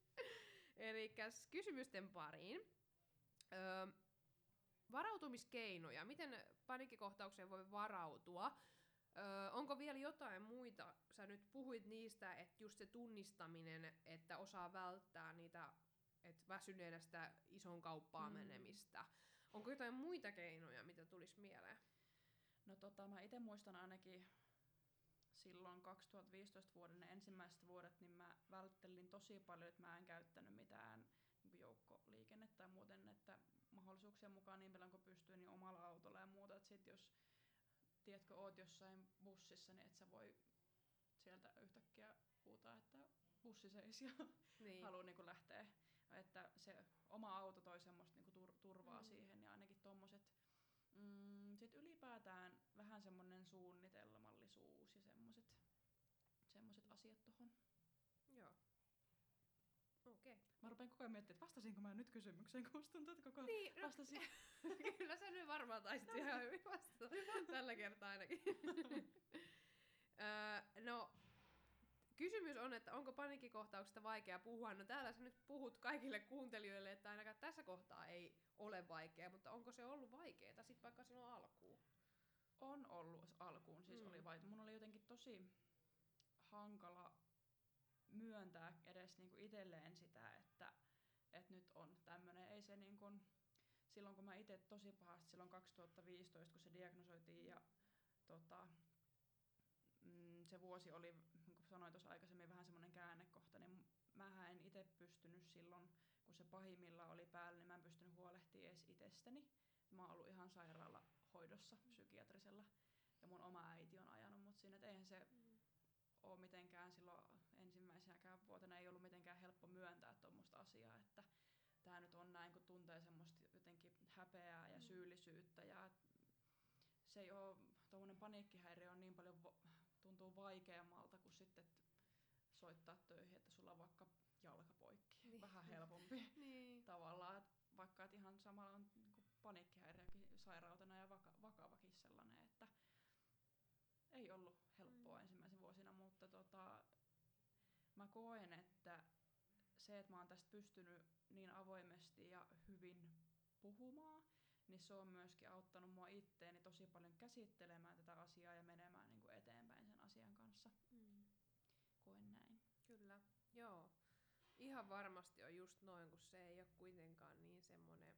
Elikkäs kysymysten pariin. Öö, Varautumiskeinoja. Miten paniikkikohtaukseen voi varautua? Öö, onko vielä jotain muita? Sä nyt puhuit niistä, että just se tunnistaminen, että osaa välttää niitä, että väsyneenä sitä ison kauppaan mm. menemistä. Onko jotain muita keinoja, mitä tulisi mieleen? No tota, mä itse muistan ainakin silloin kaksituhattaviisitoista vuoden ensimmäiset vuodet, niin mä välttelin tosi paljon, että mä en käyttänyt mitään niin joukkoliikennettä tai muuten, että mahdollisuuksien mukaan niin paljon kuin pystyy, niin omalla autolla ja muuta. Et sit jos, tiedätkö, oot jossain bussissa, niin et sä voi sieltä yhtäkkiä huutaa, että bussi seis ja niin. haluaa niin lähteä. Että se oma auto toi semmoista niin tur- turvaa mm. siihen ja ainakin tommoset. Mm, sitten ylipäätään vähän semmoinen suunnitelmallisuus ja semmoset, semmoset asiat tohon. Joo. Okei. Okay. Mä rupean koko ajan miettimään, että vastasinko mä nyt kysymykseen, kun musta tuntuu, että koko ajan niin, vastasin. Kyllä sä nyt varmaan taisit ihan hyvin vastata. Tällä kertaa ainakin. öö, no, kysymys on, että onko paniikkikohtauksesta vaikea puhua? No täällä sä nyt puhut kaikille kuuntelijoille, että ainakaan tässä kohtaa ei ole vaikea, mutta onko se ollut vaikeaa sit vaikka silloin alkuun? On ollut alkuun, siis mm. oli vai. Mun oli jotenkin tosi hankala myöntää edes niinku itselleen sitä, että, että nyt on tämmönen. Ei se niinku, silloin kun mä itse tosi pahasti, silloin kaksituhattaviisitoista kun se diagnosoitiin ja tota, mm, se vuosi oli, niin kuin sanoin tuossa aikaisemmin, vähän semmoinen käännekohta, niin mähän en itse pystynyt silloin, kun se pahimmillaan oli päällä, niin mä en pystynyt huolehtimaan edes itsestäni. Mä oon ollut ihan sairaalahoidossa psykiatrisella ja mun oma äiti on ajanut mut sinne, että eihän se mm. ole mitenkään silloin ensimmäisenäkään vuotena ei ollut mitenkään helppo myöntää tuommoista asiaa, että tää nyt on näin, kun tuntee semmoista jotenkin häpeää ja mm. syyllisyyttä ja se ei oo, tuommoinen paniikkihäiriö on niin paljon vo- tuntuu vaikeammalta kuin sitten soittaa töihin, että sulla on vaikka jalka poikki. Niin. Vähän helpompi niin. tavallaan, että vaikka et ihan samalla on niin paniikkihäiriökin sairautena ja vaka- vakavakin sellainen, että ei ollut helppoa mm. ensimmäisenä vuosina, mutta tota, mä koen, että se, että mä oon tästä pystynyt niin avoimesti ja hyvin puhumaan, niin se on myöskin auttanut mua itteeni tosi paljon käsittelemään tätä asiaa ja menemään niin kuin eteenpäin sen asian kanssa. Mm. Koen näin. Kyllä, joo. Ihan varmasti on just noin, kun se ei ole kuitenkaan niin semmoinen.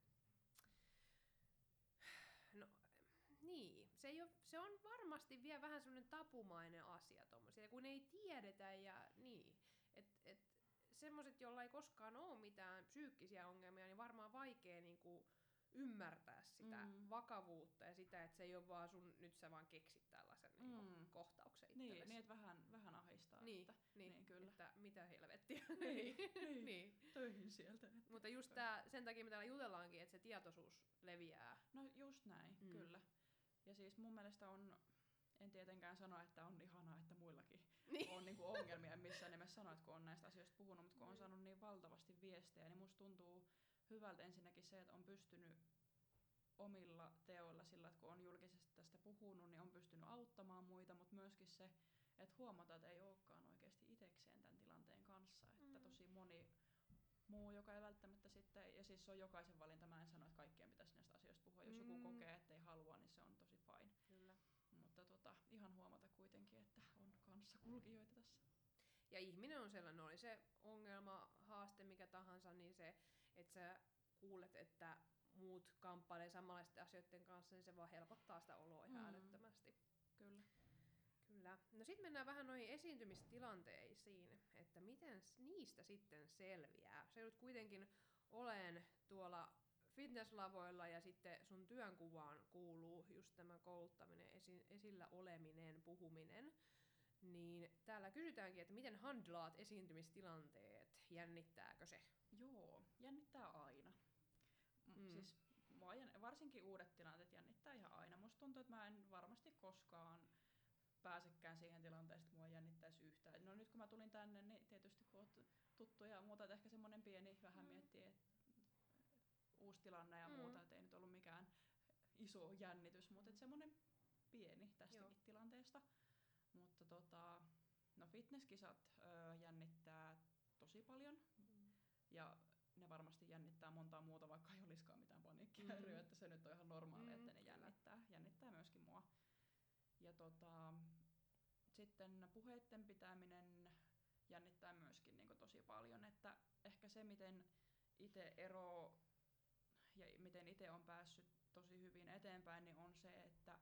No, niin. Se, ei ole, se on varmasti vielä vähän semmoinen tapumainen asia tommosia, kun ei tiedetä ja niin. Et, et, semmoiset, joilla ei koskaan ole mitään psyykkisiä ongelmia, niin varmaan vaikea niinku ymmärtää sitä mm. vakavuutta ja sitä, että se ei ole vaan sun, nyt sä vaan keksit tällaisen mm. niinku kohtauksen itsellesi. Niin, niin että vähän, vähän ahistaa. Niin, että, niin, niin kyllä. Että mitä helvettiä. niin, niin. niin. Töihin sieltä. Että. Mutta just tää, sen takia me täällä jutellaankin, että se tietoisuus leviää. No just näin, mm. kyllä. Ja siis mun mielestä on, en tietenkään sano, että on ihanaa, että muillakin niin. on niinku ongelmia, en missään nimessä sano, että kun on näistä asioista puhunut, mutta kun on saanut niin valtavasti viestejä, niin musta tuntuu hyvältä ensinnäkin se, että on pystynyt omilla teoilla sillä, että kun on julkisesti tästä puhunut, niin on pystynyt auttamaan muita, mutta myöskin se, että huomataan, että ei olekaan oikeasti itsekseen tämän tilanteen kanssa, että mm. tosi moni muu, joka ei välttämättä sitten, ja siis se on jokaisen valinta, mä en sano, että kaikkien pitäisi näistä asioista puhua, jos mm. joku kokee, että ei halua, niin se on tosi fine. Kyllä. Mutta tota, ihan huomata kuitenkin, että on kanssakulkijoita tässä. Ja ihminen on sellainen, oli se ongelma, haaste, mikä tahansa, niin se, että sä kuulet, että muut kamppailee samanlaisten asioiden kanssa, niin se vaan helpottaa sitä oloa ihan Mm. älyttömästi. Kyllä. Kyllä. No sit mennään vähän noihin esiintymistilanteisiin, että miten s- niistä sitten selviää. Se joudut kuitenkin oleen tuolla fitnesslavoilla ja sitten sun työnkuvaan kuuluu just tämä kouluttaminen, esi- esillä oleminen, puhuminen. Niin täällä kysytäänkin, että miten handlaat esiintymistilanteet, jännittääkö se? Joo, jännittää aina. M- Mm. Siis mua jänn- varsinkin uudet tilanteet jännittää ihan aina. Musta tuntuu, että mä en varmasti koskaan pääsekään siihen tilanteeseen, että mua jännittäisi yhtään. No nyt kun mä tulin tänne, niin tietysti kun oot tuttu ja muuta, että ehkä semmonen pieni vähän Mm. miettii, että uusi tilanne ja Mm. muuta, että ei nyt ollut mikään iso jännitys, mutta että semmonen pieni tästäkin Joo. tilanteesta. Mutta tota, no fitnesskisat ö, jännittää tosi paljon Mm. ja ne varmasti jännittää montaa muuta, vaikka ei olisikaan mitään paniikkihäiriöä, Mm. että se nyt on ihan normaalia, Mm, että ne kyllä. jännittää. Jännittää myöskin mua. Ja tota, sitten puheitten pitäminen jännittää myöskin niin tosi paljon, että ehkä se miten itse ero ja miten itse on päässyt tosi hyvin eteenpäin, niin on se, että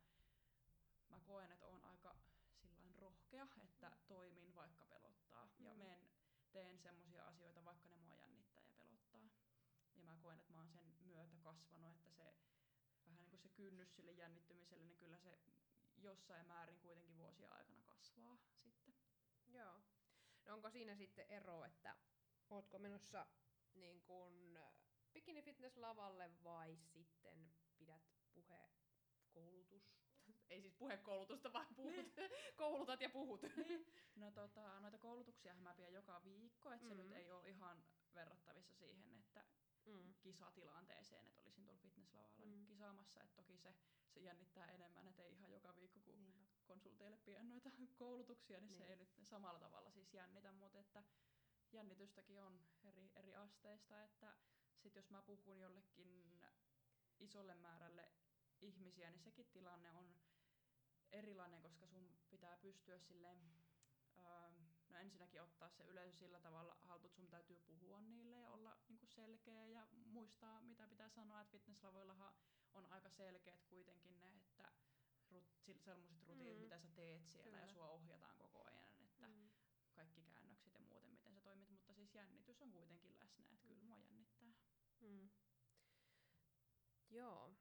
mä koen, että on aika sillain rohkea, että toimin vaikka pelottaa. Ja Mm. menen, teen semmoisia asioita, vaikka ne mua jännittää ja pelottaa. Ja mä koen, että mä oon sen myötä kasvanut, että se vähän niin kuin se kynnys sille jännittymiselle, niin kyllä se jossain määrin kuitenkin vuosien aikana kasvaa sitten. Joo. No onko siinä sitten ero, että ootko menossa niin kun äh, bikini fitness lavalle vai sitten pidät puhekoulutus? Ei siis puhekoulutusta, vaan puhut. Koulutat ja puhut. No tota, noita koulutuksia mä pidän joka viikko, että se Mm. nyt ei ole ihan verrattavissa siihen, että Mm. kisatilanteeseen, että olisin tuolla fitnesslavalla Mm. mm. kisaamassa, että toki se, se jännittää enemmän, että ei ihan joka viikko kun Niinpä. konsulteille pidän noita koulutuksia, niin, Niin. se ei nyt samalla tavalla siis jännitä, mutta että jännitystäkin on eri, eri asteista, että sit jos mä puhun jollekin isolle määrälle ihmisiä, niin sekin tilanne on erilainen, koska sun pitää pystyä silleen, öö, no ensinnäkin ottaa se yleisö sillä tavalla haltuun, että sun täytyy puhua niille ja olla niinku selkeä ja muistaa mitä pitää sanoa, että fitnesslavoillahan on aika selkeät kuitenkin ne, että rut, sellaiset rutiinit, Mm. mitä sä teet siellä Kyllä. ja sua ohjataan koko ajan, että Mm. kaikki käännökset ja muuten miten sä toimit, mutta siis jännitys on kuitenkin läsnä, että kyllä Mm. mua jännittää. Mm. Joo.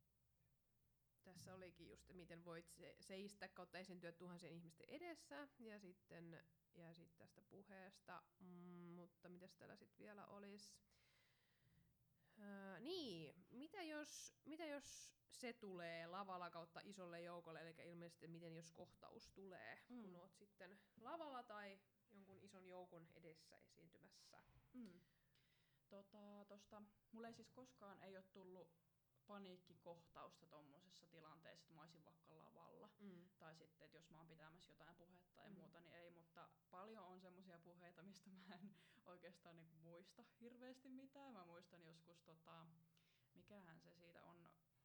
Tässä olikin just, miten voit se, seistä kautta esiintyä tuhansien ihmisten edessä ja sitten ja sit tästä puheesta. Mm, mutta mitäs täällä sitten vielä olisi? Öö, niin, mitä jos, mitä jos se tulee lavalla kautta isolle joukolle, eli ilmeisesti miten jos kohtaus tulee, mm. kun Mm. oot sitten lavalla tai jonkun ison joukon edessä esiintymässä. Mm. Tota, tosta, mulle ei siis koskaan ei ole tullut paniikkikohtausta tommosessa tilanteessa, että mä olisin vaikka lavalla. Mm. Tai sitten, että jos mä oon pitämässä jotain puhetta tai Mm. muuta, niin ei, mutta paljon on semmosia puheita, mistä mä en oikeastaan niinku muista hirveästi mitään. Mä muistan joskus, tota, mikähän se siitä on,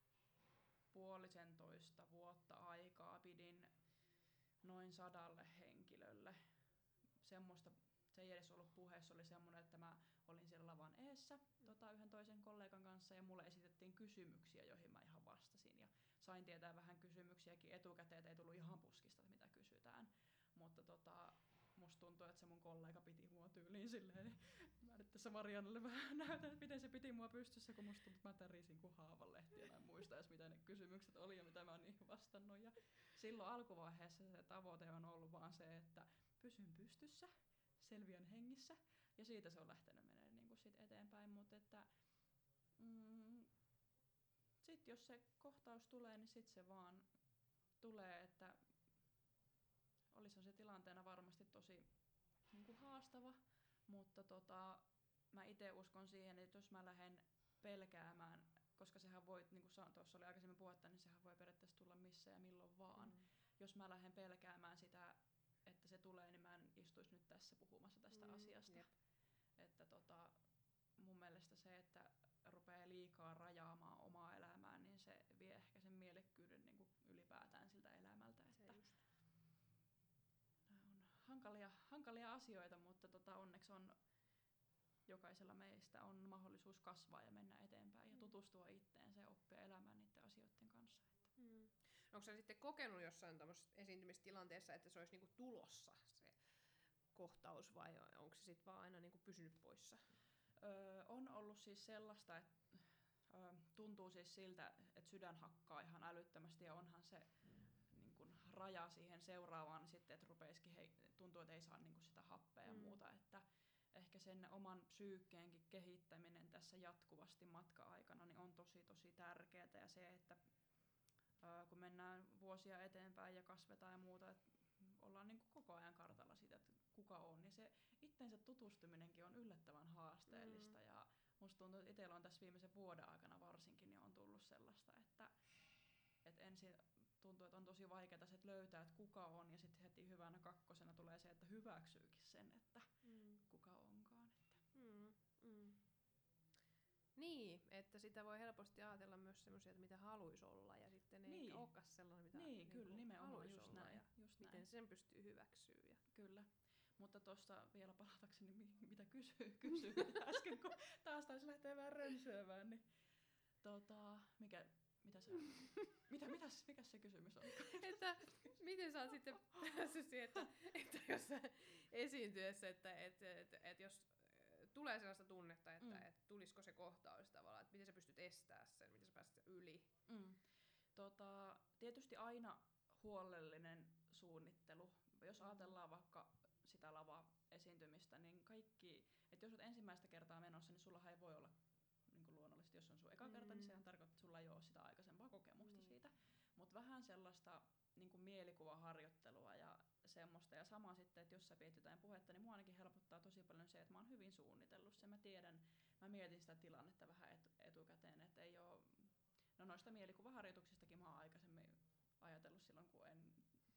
puolisentoista vuotta aikaa pidin noin sadalle henkilölle. Semmoista, se ei edes ollut puhe, se oli semmoinen, että mä olin siellä lavan eessä tota, yhden toisen kollegan kanssa ja mulle esitettiin kysymyksiä, joihin mä ihan vastasin. Ja sain tietää vähän kysymyksiäkin etukäteen, että ei tullut ihan puskista, että mitä kysytään. Mutta tota, musta tuntuu, että se mun kollega piti mua tyyliin silleen. Mä nyt tässä Mariannelle vähän näytän, että miten se piti mua pystyssä, kun musta tuntuu, että mä tärisin kuin haavanlehti ja mä en muista edes, mitä ne kysymykset oli ja mitä mä oon niihin vastannut. Ja silloin alkuvaiheessa se tavoite on ollut vaan se, että pysyn pystyssä, selviän hengissä ja siitä se on lähtenyt menemään niin sit eteenpäin, mutta että mm, sit jos se kohtaus tulee, niin sit se vaan tulee, että olisihan se tilanteena varmasti tosi niin kuin haastava, mutta tota, mä itse uskon siihen, että jos mä lähden pelkäämään, koska sehän voi, niin kuin tuossa oli aikaisemmin puhetta, niin sehän voi periaatteessa tulla missä ja milloin vaan. Mm. Jos mä lähden pelkäämään sitä, että se tulee, niin mä en istuisi nyt tässä puhumassa tästä Mm, asiasta. jep. Että tota, mun mielestä se, että rupeaa liikaa rajaamaan omaa elämää, niin se vie ehkä sen mielekkyyden niin kuin ylipäätään siltä elämältä. Se Että just. nämä on hankalia, hankalia asioita, mutta tota, onneksi on jokaisella meistä on mahdollisuus kasvaa ja mennä eteenpäin ja Mm. tutustua itteensä ja oppia elämään niiden asioiden kanssa. Että. Mm. Onko sä sitten kokenut jossain tämmöisessä esiintymistilanteessa, että se olisi niinku tulossa se kohtaus vai onko se sitten vaan aina niinku pysynyt poissa? Öö, on ollut siis sellaista, että öö, tuntuu siis siltä, että sydän hakkaa ihan älyttömästi ja onhan se niin kun, raja siihen seuraavaan sitten, että rupeisikin hei, tuntuu, että ei saa niin kun, sitä happea ja Mm. muuta, että ehkä sen oman psyykkeenkin kehittäminen tässä jatkuvasti matka-aikana niin on tosi tosi tärkeää ja se, että öö, kun mennään vuosia eteenpäin ja kasvetaan ja muuta, että ollaan niin koko ajan kartalla siitä, että kuka on, niin se itteensä tutustuminenkin on yllättävän haasteellista. Mm. Ja musta tuntuu, että itsellä on tässä viimeisen vuoden aikana varsinkin niin on tullut sellaista, että, että ensin tuntuu, että on tosi vaikeaa se, että löytää, että kuka on, ja sitten heti hyvänä kakkosena tulee se, että hyväksyykin sen, että Mm. kuka onkaan. Että. Mm. Mm. Niin, että sitä voi helposti ajatella myös semmoisia, että mitä haluaisi olla, ja sitten ei Niin. ehkä olekaan sellainen, mitä Niin, niinku kyllä, nimenomaan haluaisi just olla, näin. ja Just miten näin. sen pystyy hyväksyä. Ja... Kyllä. Mutta tuosta vielä palatakseni, mi- mitä kysyy, kysyy äsken, kun taas taisi lähteä vähän rönsyämään, niin tota, mikä, mitä se mitä, mitäs, mikäs se kysymys on? että miten sä oot sitten päässyt siihen, että, että jos sä esiintyessä, että et, et, et jos äh, tulee sellaista tunnetta, että Mm. et tulisiko se kohtaus tavallaan, että miten sä pystyt estämään sen, miten sä pääset yli. Mm. Tota, tietysti aina huolellinen suunnittelu. Jos Mm. ajatellaan vaikka sitä lava-esiintymistä, niin kaikki, että jos olet ensimmäistä kertaa menossa, niin sullahan ei voi olla niin kuin luonnollisesti, jos on sun eka kerta, Mm. niin sehän tarkoittaa, että sulla ei ole sitä aikaisempaa kokemusta Niin. siitä. Mutta vähän sellaista niin kuin mielikuvaharjoittelua ja semmoista. Ja sama sitten, että jos sä pidät jotain puhetta, niin mua ainakin helpottaa tosi paljon se, että mä oon hyvin suunnitellut sen. Mä tiedän, mä mietin sitä tilannetta vähän etu, etukäteen, että ei oo, no noista mielikuvaharjoituksistakin mä oon aikaisemmin ajatellut silloin, kun en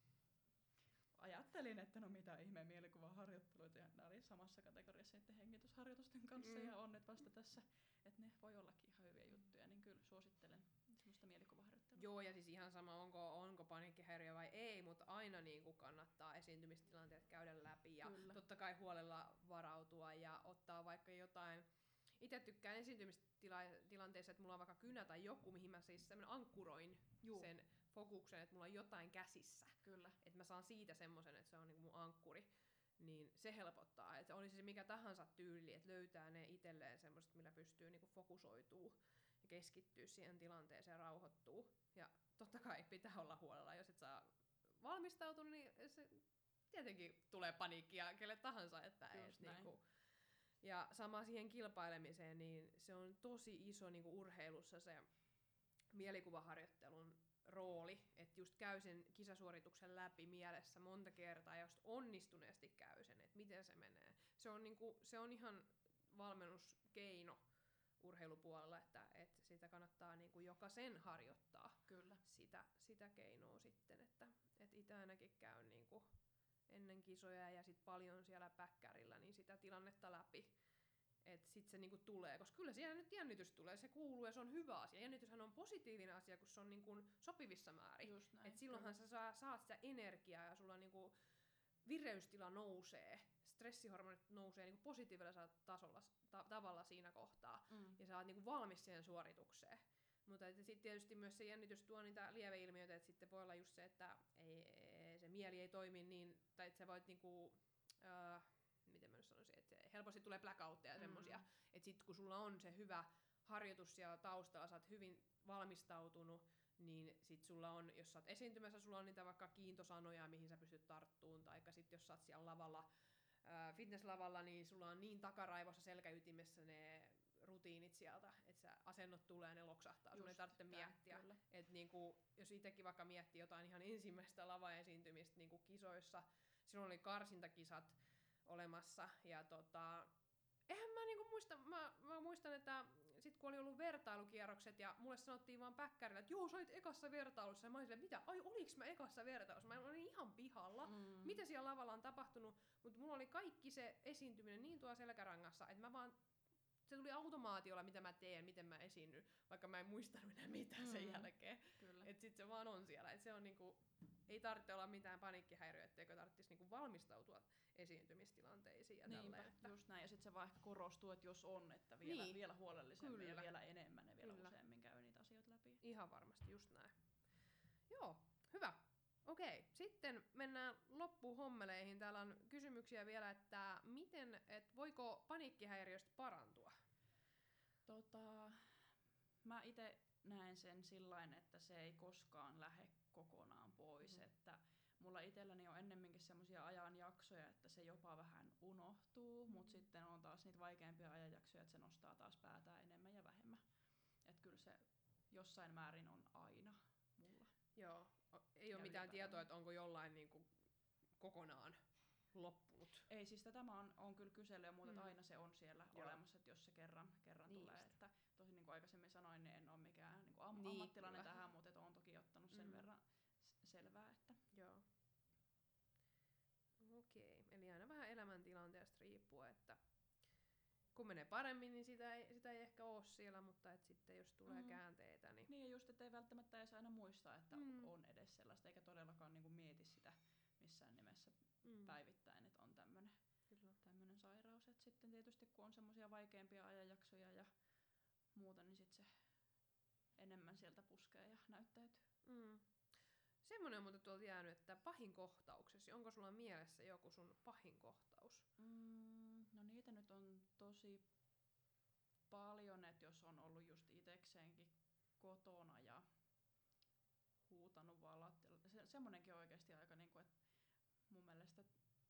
ajattelin, että no mitä ihmeen mielikuvaharjoitteluita, ja nämä oli samassa kategoriassa sitten hengitysharjoitusten kanssa, Mm. ja onnet vasta tässä, että ne voi ollakin ihan hyviä juttuja, niin kyllä suosittelen semmoista mielikuvaharjoittelua. Joo, ja siis ihan sama, onko, onko paniikkihäiriö vai ei, mutta aina niin kuin kannattaa esiintymistilanteet käydä läpi ja Kyllä. totta kai huolella varautua ja ottaa vaikka jotain. Itse tykkään esiintymistilanteessa, että mulla on vaikka kynä tai joku, mihin mä siis ankkuroin Juu. sen fokuksen, että mulla on jotain käsissä. Kyllä. Että mä saan siitä semmoisen, että se on niinku mun ankkuri. Niin se helpottaa, että olisi se mikä tahansa tyyli, että löytää ne itselleen semmoiset, millä pystyy niinku fokusoituu ja keskittyä siihen tilanteeseen ja rauhoittuu. Ja totta kai pitää olla huolella, jos et saa valmistautunut, niin se tietenkin tulee paniikkia kelle tahansa. Että et niinku, ja sama siihen kilpailemiseen, niin se on tosi iso niinku urheilussa se mielikuvaharjoittelun rooli, että just käy sen kisasuorituksen läpi mielessä monta kertaa ja just onnistuneesti käy sen, että miten se menee. Se on, niinku, se on ihan valmennuskeino urheilupuolella, että, että sitä kannattaa niinku jokaisen harjoittaa. Kyllä. Sitä, sitä keinoa sitten, että, että itse ainakin käyn niinku ennen kisoja ja sit paljon siellä päkkärillä niin sitä tilannetta läpi. Että sit se niinku tulee, koska kyllä siellä nyt jännitys tulee, se kuuluu ja se on hyvä asia. Jännityshän on positiivinen asia, kun se on niinku sopivissa määrin. Just näin. Et silloinhan Kyllä. sä saa, saat sitä energiaa ja sulla niinku vireystila nousee, stressihormonit nousee niinku positiivisella tasolla, ta- tavalla siinä kohtaa. Mm. Ja sä oot niinku valmis siihen suoritukseen. Mutta sitten tietysti myös se jännitys tuo niitä lieveilmiöitä, että sitten voi olla just se, että ei, se mieli ei toimi niin, tai että sä voit niinku, äh, miten mä nyt sanoisin, että helposti tulee blackoutteja ja Mm. semmosia, että sit kun sulla on se hyvä harjoitus siellä taustalla, sä oot hyvin valmistautunut, niin sit sulla on, jos sä oot esiintymässä, sulla on niitä vaikka kiintosanoja, mihin sä pystyt tarttuun, tai sit jos sä oot siellä lavalla, äh, fitnesslavalla, niin sulla on niin takaraivossa selkäytimessä ne rutiinit sieltä, että sä asennot tulee ja ne loksahtaa, sun ei Just tarvitse tää, miettiä. kyllä. Et niinku, jos itsekin vaikka miettii jotain ihan ensimmäistä lavaesiintymistä niinku kisoissa, silloin oli karsintakisat olemassa, ja tota, eihän mä niinku muista, mä, mä muistan, että sit kun oli ollut vertailukierrokset, ja mulle sanottiin vaan päkkärillä, että joo, sä olit ekassa vertailussa, ja mä olin silleen, mitä, ai oliks mä ekassa vertailussa, mä olin ihan pihalla, Mm. mitä siellä lavalla on tapahtunut, mutta mulla oli kaikki se esiintyminen niin tuolla selkärangassa, että mä vaan, se tuli automaatiolla, mitä mä teen, miten mä esiinnyn, vaikka mä en muistanut enää mitään sen Mm. jälkeen. Kyllä. Et sit se vaan on siellä, et se on niinku ei tarvitse olla mitään paniikkihäiriöä, etteikö tarvitsisi niinku valmistautua esiintymistilanteisiin ja Niinpä, tälleen. Että... just näin. Ja sitten se vaan ehkä korostuu, että jos on, että vielä, niin. vielä huolellisemmin Kyllä. ja vielä enemmän ja vielä Kyllä. useammin käy niitä asioita läpi. Ihan varmasti, just näin. Joo, hyvä. Okei, sitten mennään loppuhommeleihin. Täällä on kysymyksiä vielä, että miten, et voiko paniikkihäiriöstä parantua? Tota, mä itse näen sen sillain, että se ei koskaan lähde kokonaan pois. Mm. Että mulla itselläni on ennemminkin semmosia ajanjaksoja, että se jopa vähän unohtuu, mm. mutta sitten on taas niitä vaikeampia ajanjaksoja, että se nostaa taas päätään enemmän ja vähemmän. Että kyllä se jossain määrin on aina mulla. Joo, ei ole mitään tietoa, että onko jollain niinku kokonaan loppunut. Ei, siis tätä mä oon, oon kyllä kysellyt ja muuta, mm. aina se on siellä Joo. olemassa, että jos se kerran, kerran niin tulee. Että tosin niin kuin aikaisemmin sanoin, niin en ole mikään niin kuin am- niin, ammattilainen kyllä. tähän, mutta oon toki ottanut sen mm. verran selvää. Että... Joo. Okei, eli aina vähän elämäntilanteesta riippuu, että kun menee paremmin, niin sitä ei, sitä ei ehkä ole siellä, mutta et sitten jos tulee mm. käänteitä, niin... Niin, ja just, että ei välttämättä edes aina muista, että mm. on edes sellaista, eikä todellakaan niin kuin mieti sitä missään nimessä mm. päivittäin, että on tämmöinen sairaus. Et sitten tietysti kun on semmoisia vaikeampia ajanjaksoja ja muuta, niin sit se enemmän sieltä puskee ja näyttäytyy. Mm. Semmoinen on muuten tuolta jäänyt, että pahin kohtauksesi. Onko sulla mielessä joku sun pahin kohtaus? Mm, no niitä nyt on tosi paljon, että jos on ollut just itekseenkin kotona ja huutanut vaan lattialle. Se, semmonenkin on oikeasti aika niinku, että mun mielestä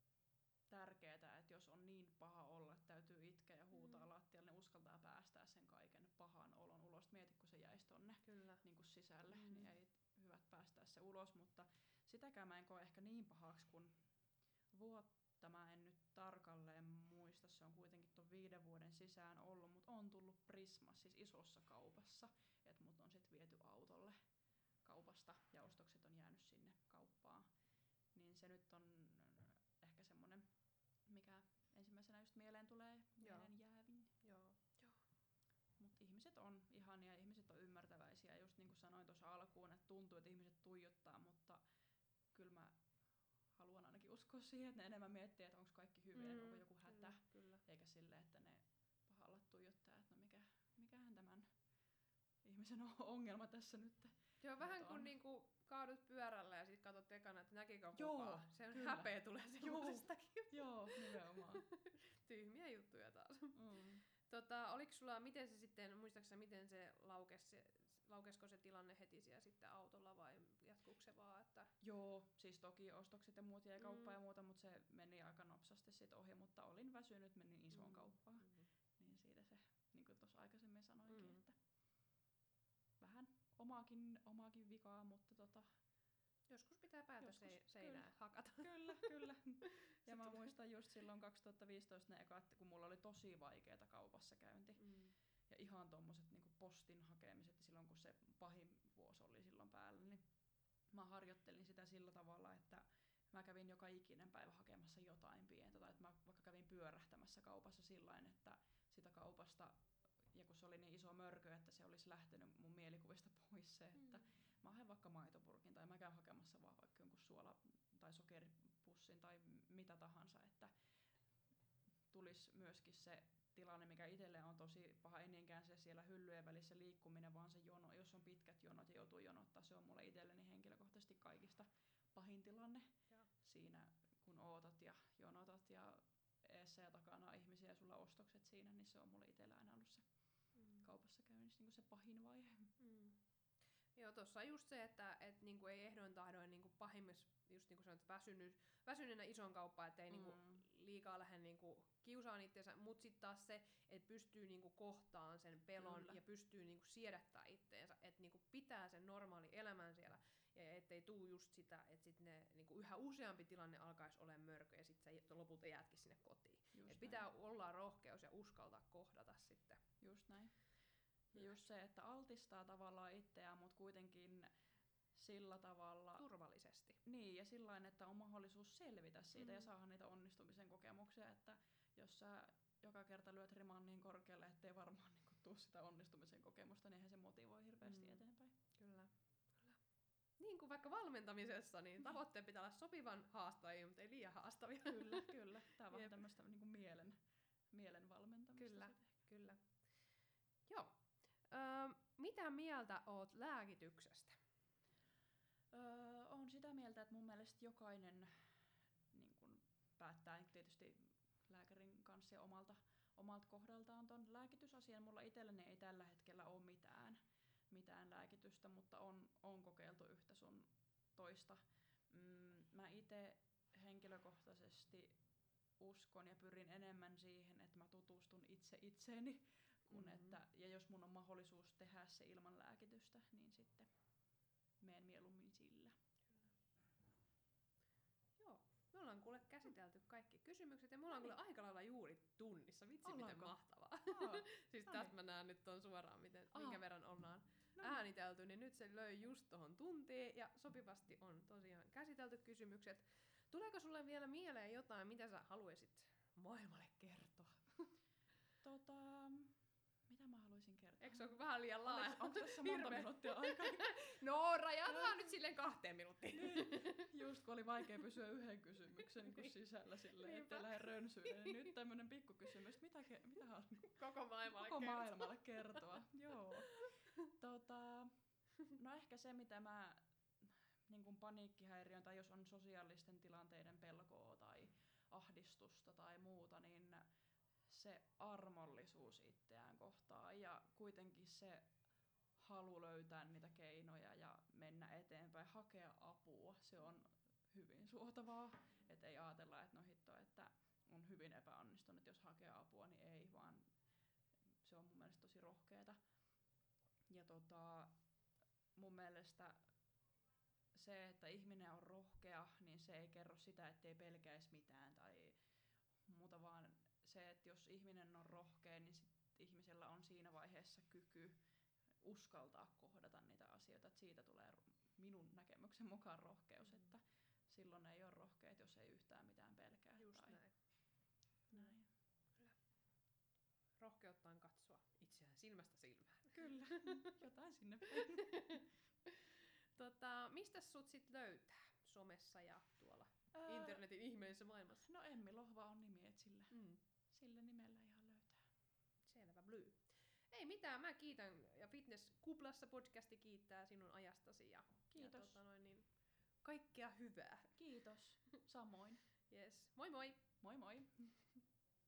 tärkeetä, että jos on niin paha olla, että täytyy itkeä ja huutaa mm. lattialle, niin uskaltaa päästää sen kaiken pahan olon ulos. Mieti, kun se jäisi tonne niin kuin sisälle, mm. niin ei hyvät päästää se ulos, mutta sitäkään mä en koe ehkä niin pahaksi kuin vuotta. Mä en nyt tarkalleen muista, se on kuitenkin ton viiden vuoden sisään ollut, mutta on tullut Prisma, siis isossa kaupassa, että mut on sit viety autolle kaupasta ja ostokset on jäänyt sinne kauppaan. Niin se nyt on ehkä semmonen, mikä ensimmäisenä just mieleen tulee, mieleen jäävin. Joo. Joo. Mut ihmiset on ihania, ihmiset on ymmärtäväisiä. Just niin kuin sanoin tuossa alkuun, että tuntuu, että ihmiset tuijottaa, mutta kyllä mä haluan ainakin uskoa siihen, että ne enemmän miettii, että onko kaikki hyvin, mm, onko joku hätä. Kyllä, kyllä. Eikä silleen, että ne pahalla tuijottaa, että no mikä, mikähän tämän ihmisen ongelma tässä nyt. Joo, vähän kuin niinku kaadut pyörällä ja sit katsot ekana, että näkikö Joo, kukaan. Se on kyllä. häpeä tulee semmoisestakin. Joo, nimenomaan. Tyhmiä juttuja taas. Mm. Tota, oliko sulla, miten se sitten, muistaaksä miten se laukesi, se, laukesko se tilanne heti siellä sitten autolla vai jatkuuko se vaan, että... Joo, siis toki ostokset ja muut jäi kauppaan mm. ja muuta, mutta se meni aika nopsasti sit ohi, mutta olin väsynyt, menin isoon mm. kauppaan. Mm. Niin siitä se, niin kuin tuossa aikaisemmin sanoinkin, mm. että vähän omaakin, omaakin vikaa, mutta tota... Joskus pitää päätä joskus, se, seinään kyllä, hakata. Kyllä, kyllä. Ja mä muistan just silloin kaksituhattaviisitoista ne ekat, kun mulla oli tosi vaikeeta kaupassa käynti. Mm. Ja ihan tommoset niinku postin hakemiset, ja silloin kun se pahin vuosi oli silloin päällä, niin mä harjoittelin sitä sillä tavalla, että mä kävin joka ikinen päivä hakemassa jotain pientä. Tai että mä vaikka kävin pyörähtämässä kaupassa sillain, että sitä kaupasta, ja kun se oli niin iso mörkö, että se olisi lähtenyt mun mielikuvista pois se, että mm. mä haen vaikka maitopurkin tai mä käyn hakemassa vaan vaikka jonkun suola- tai sokeripussin tai mitä tahansa, että tulisi myöskin se tilanne, mikä itselle on tosi paha, ei niinkään se siellä hyllyjen välissä liikkuminen, vaan se jono, jos on pitkät jonot ja joutuu jonottaa, se on mulle itselleni henkilökohtaisesti kaikista pahin tilanne. Ja. Siinä, kun ootat ja jonotat ja eessä ja takana ihmisiä ja sulla ostokset siinä, niin se on mulle itsellä aina ollut se mm. kaupassa käynnissä niin se pahin vaihe. Mm. Joo, tossa on just se, että et niinku ei ehdoin tahdoin niinku pahimmissa, just niinku sanoit, väsynyt, väsyneenä ison kauppaan, ettei mm. niinku liikaa lähde niinku kiusaan itseensä, mut sit taas se, että pystyy niinku kohtaan sen pelon Kyllä. ja pystyy niinku siedättää itteensä, että niinku pitää sen normaali elämän siellä ja ettei tuu just sitä, että sit ne niinku yhä useampi tilanne alkaisi olemaan mörkö ja sit sä lopulta jäätkin sinne kotiin. Et pitää olla rohkeus ja uskaltaa kohdata sitten. Just näin. Ja just se, että altistaa tavallaan itseään, mutta kuitenkin sillä tavalla... Turvallisesti. Niin, ja sillain, että on mahdollisuus selvitä siitä mm. ja saada niitä onnistumisen kokemuksia, että jos sä joka kerta lyöt riman niin korkealle, ettei varmaan niin tuu sitä onnistumisen kokemusta, niin eihän se motivoi hirveästi mm. eteenpäin. Kyllä. Kyllä. niin kuin vaikka valmentamisessa, niin tavoitteen pitää olla sopivan haastavia, mutta ei liian haastavia. Kyllä, kyllä. Tää on vähän Jep. tämmöstä niinku mielen, mielen valmentamista. Kyllä, sit. kyllä. Joo. Öö, mitä mieltä oot lääkityksestä? Öö, on sitä mieltä, että mun mielestä jokainen niin kun päättää tietysti lääkärin kanssa ja omalta, omalta kohdaltaan ton lääkitysasian. Mulla itselläni ei tällä hetkellä ole mitään, mitään lääkitystä, mutta on, on kokeiltu yhtä sun toista. Mm, mä itse henkilökohtaisesti uskon ja pyrin enemmän siihen, että mä tutustun itse itseeni, kun Mhm. että, ja jos mun on mahdollisuus tehdä se ilman lääkitystä, niin sitten meen mieluummin sillä. Joo. Me ollaan kuule käsitelty kaikki kysymykset ja me ollaan kuule aika lailla juuri tunnissa. Vitsi, miten Ollaanko? mahtavaa. Aa, Siis no tästä niin. mä näen nyt ton suoraan, miten, Aa. minkä verran ollaan No niin. äänitelty, niin nyt se löi just tohon tuntiin ja sopivasti on tosiaan käsitelty kysymykset. Tuleeko sulle vielä mieleen jotain, mitä sä haluaisit maailmalle kertoa? Tota, mitä mä haluaisin kertoa? Eikö se ole vähän liian laaja? Onko tässä monta Hirveä. minuuttia aikaa? No, rajataan nyt silleen kahteen minuuttiin. Niin, just kun oli vaikea pysyä yhden kysymyksen niin kuin sisällä silleen, Niinpä. ettei lähde rönsyilemään. Niin nyt tämmönen pikkukysymys, mitä, ke- mitä haluat Koko maailmalle koko kertoa. maailmalle kertoa? Joo. Tota, no ehkä se, mitä mä niin kuin paniikkihäiriön tai jos on sosiaalisten tilanteiden pelkoa tai ahdistusta tai muuta, niin se armollisuus itseään kohtaan ja kuitenkin se halu löytää niitä keinoja ja mennä eteenpäin, hakea apua, se on hyvin suotavaa. Että ei ajatella, että no hitto, että on hyvin epäonnistunut, jos hakee apua, niin ei, vaan se on mun mielestä tosi rohkeeta. Ja tota, mun mielestä se, että ihminen on rohkea, niin se ei kerro sitä, ettei pelkäisi mitään tai muuta, vaan se, että jos ihminen on rohkea, niin sit ihmisellä on siinä vaiheessa kyky uskaltaa kohdata niitä asioita. Et siitä tulee minun näkemyksen mukaan rohkeus, Mm. että silloin ei ole rohkeet, jos ei yhtään mitään pelkää. Just tai näin. näin. Rohkeutta on katsoa itseään silmästä silmään. Kyllä, jotain sinne päin. Tota, mistä sut sit löytää somessa ja tuolla Öö, internetin ihmeellisessä maailmassa? No Emmi Lohva on nimi, et sillä, Mm. sillä nimellä ihan löytää. Selvä blue. Ei mitään, mä kiitän ja Fitness Kuplassa podcasti kiittää sinun ajastasi ja, Kiitos. ja tota noin, niin, kaikkea hyvää. Kiitos, samoin. Yes. Moi moi! Moi moi!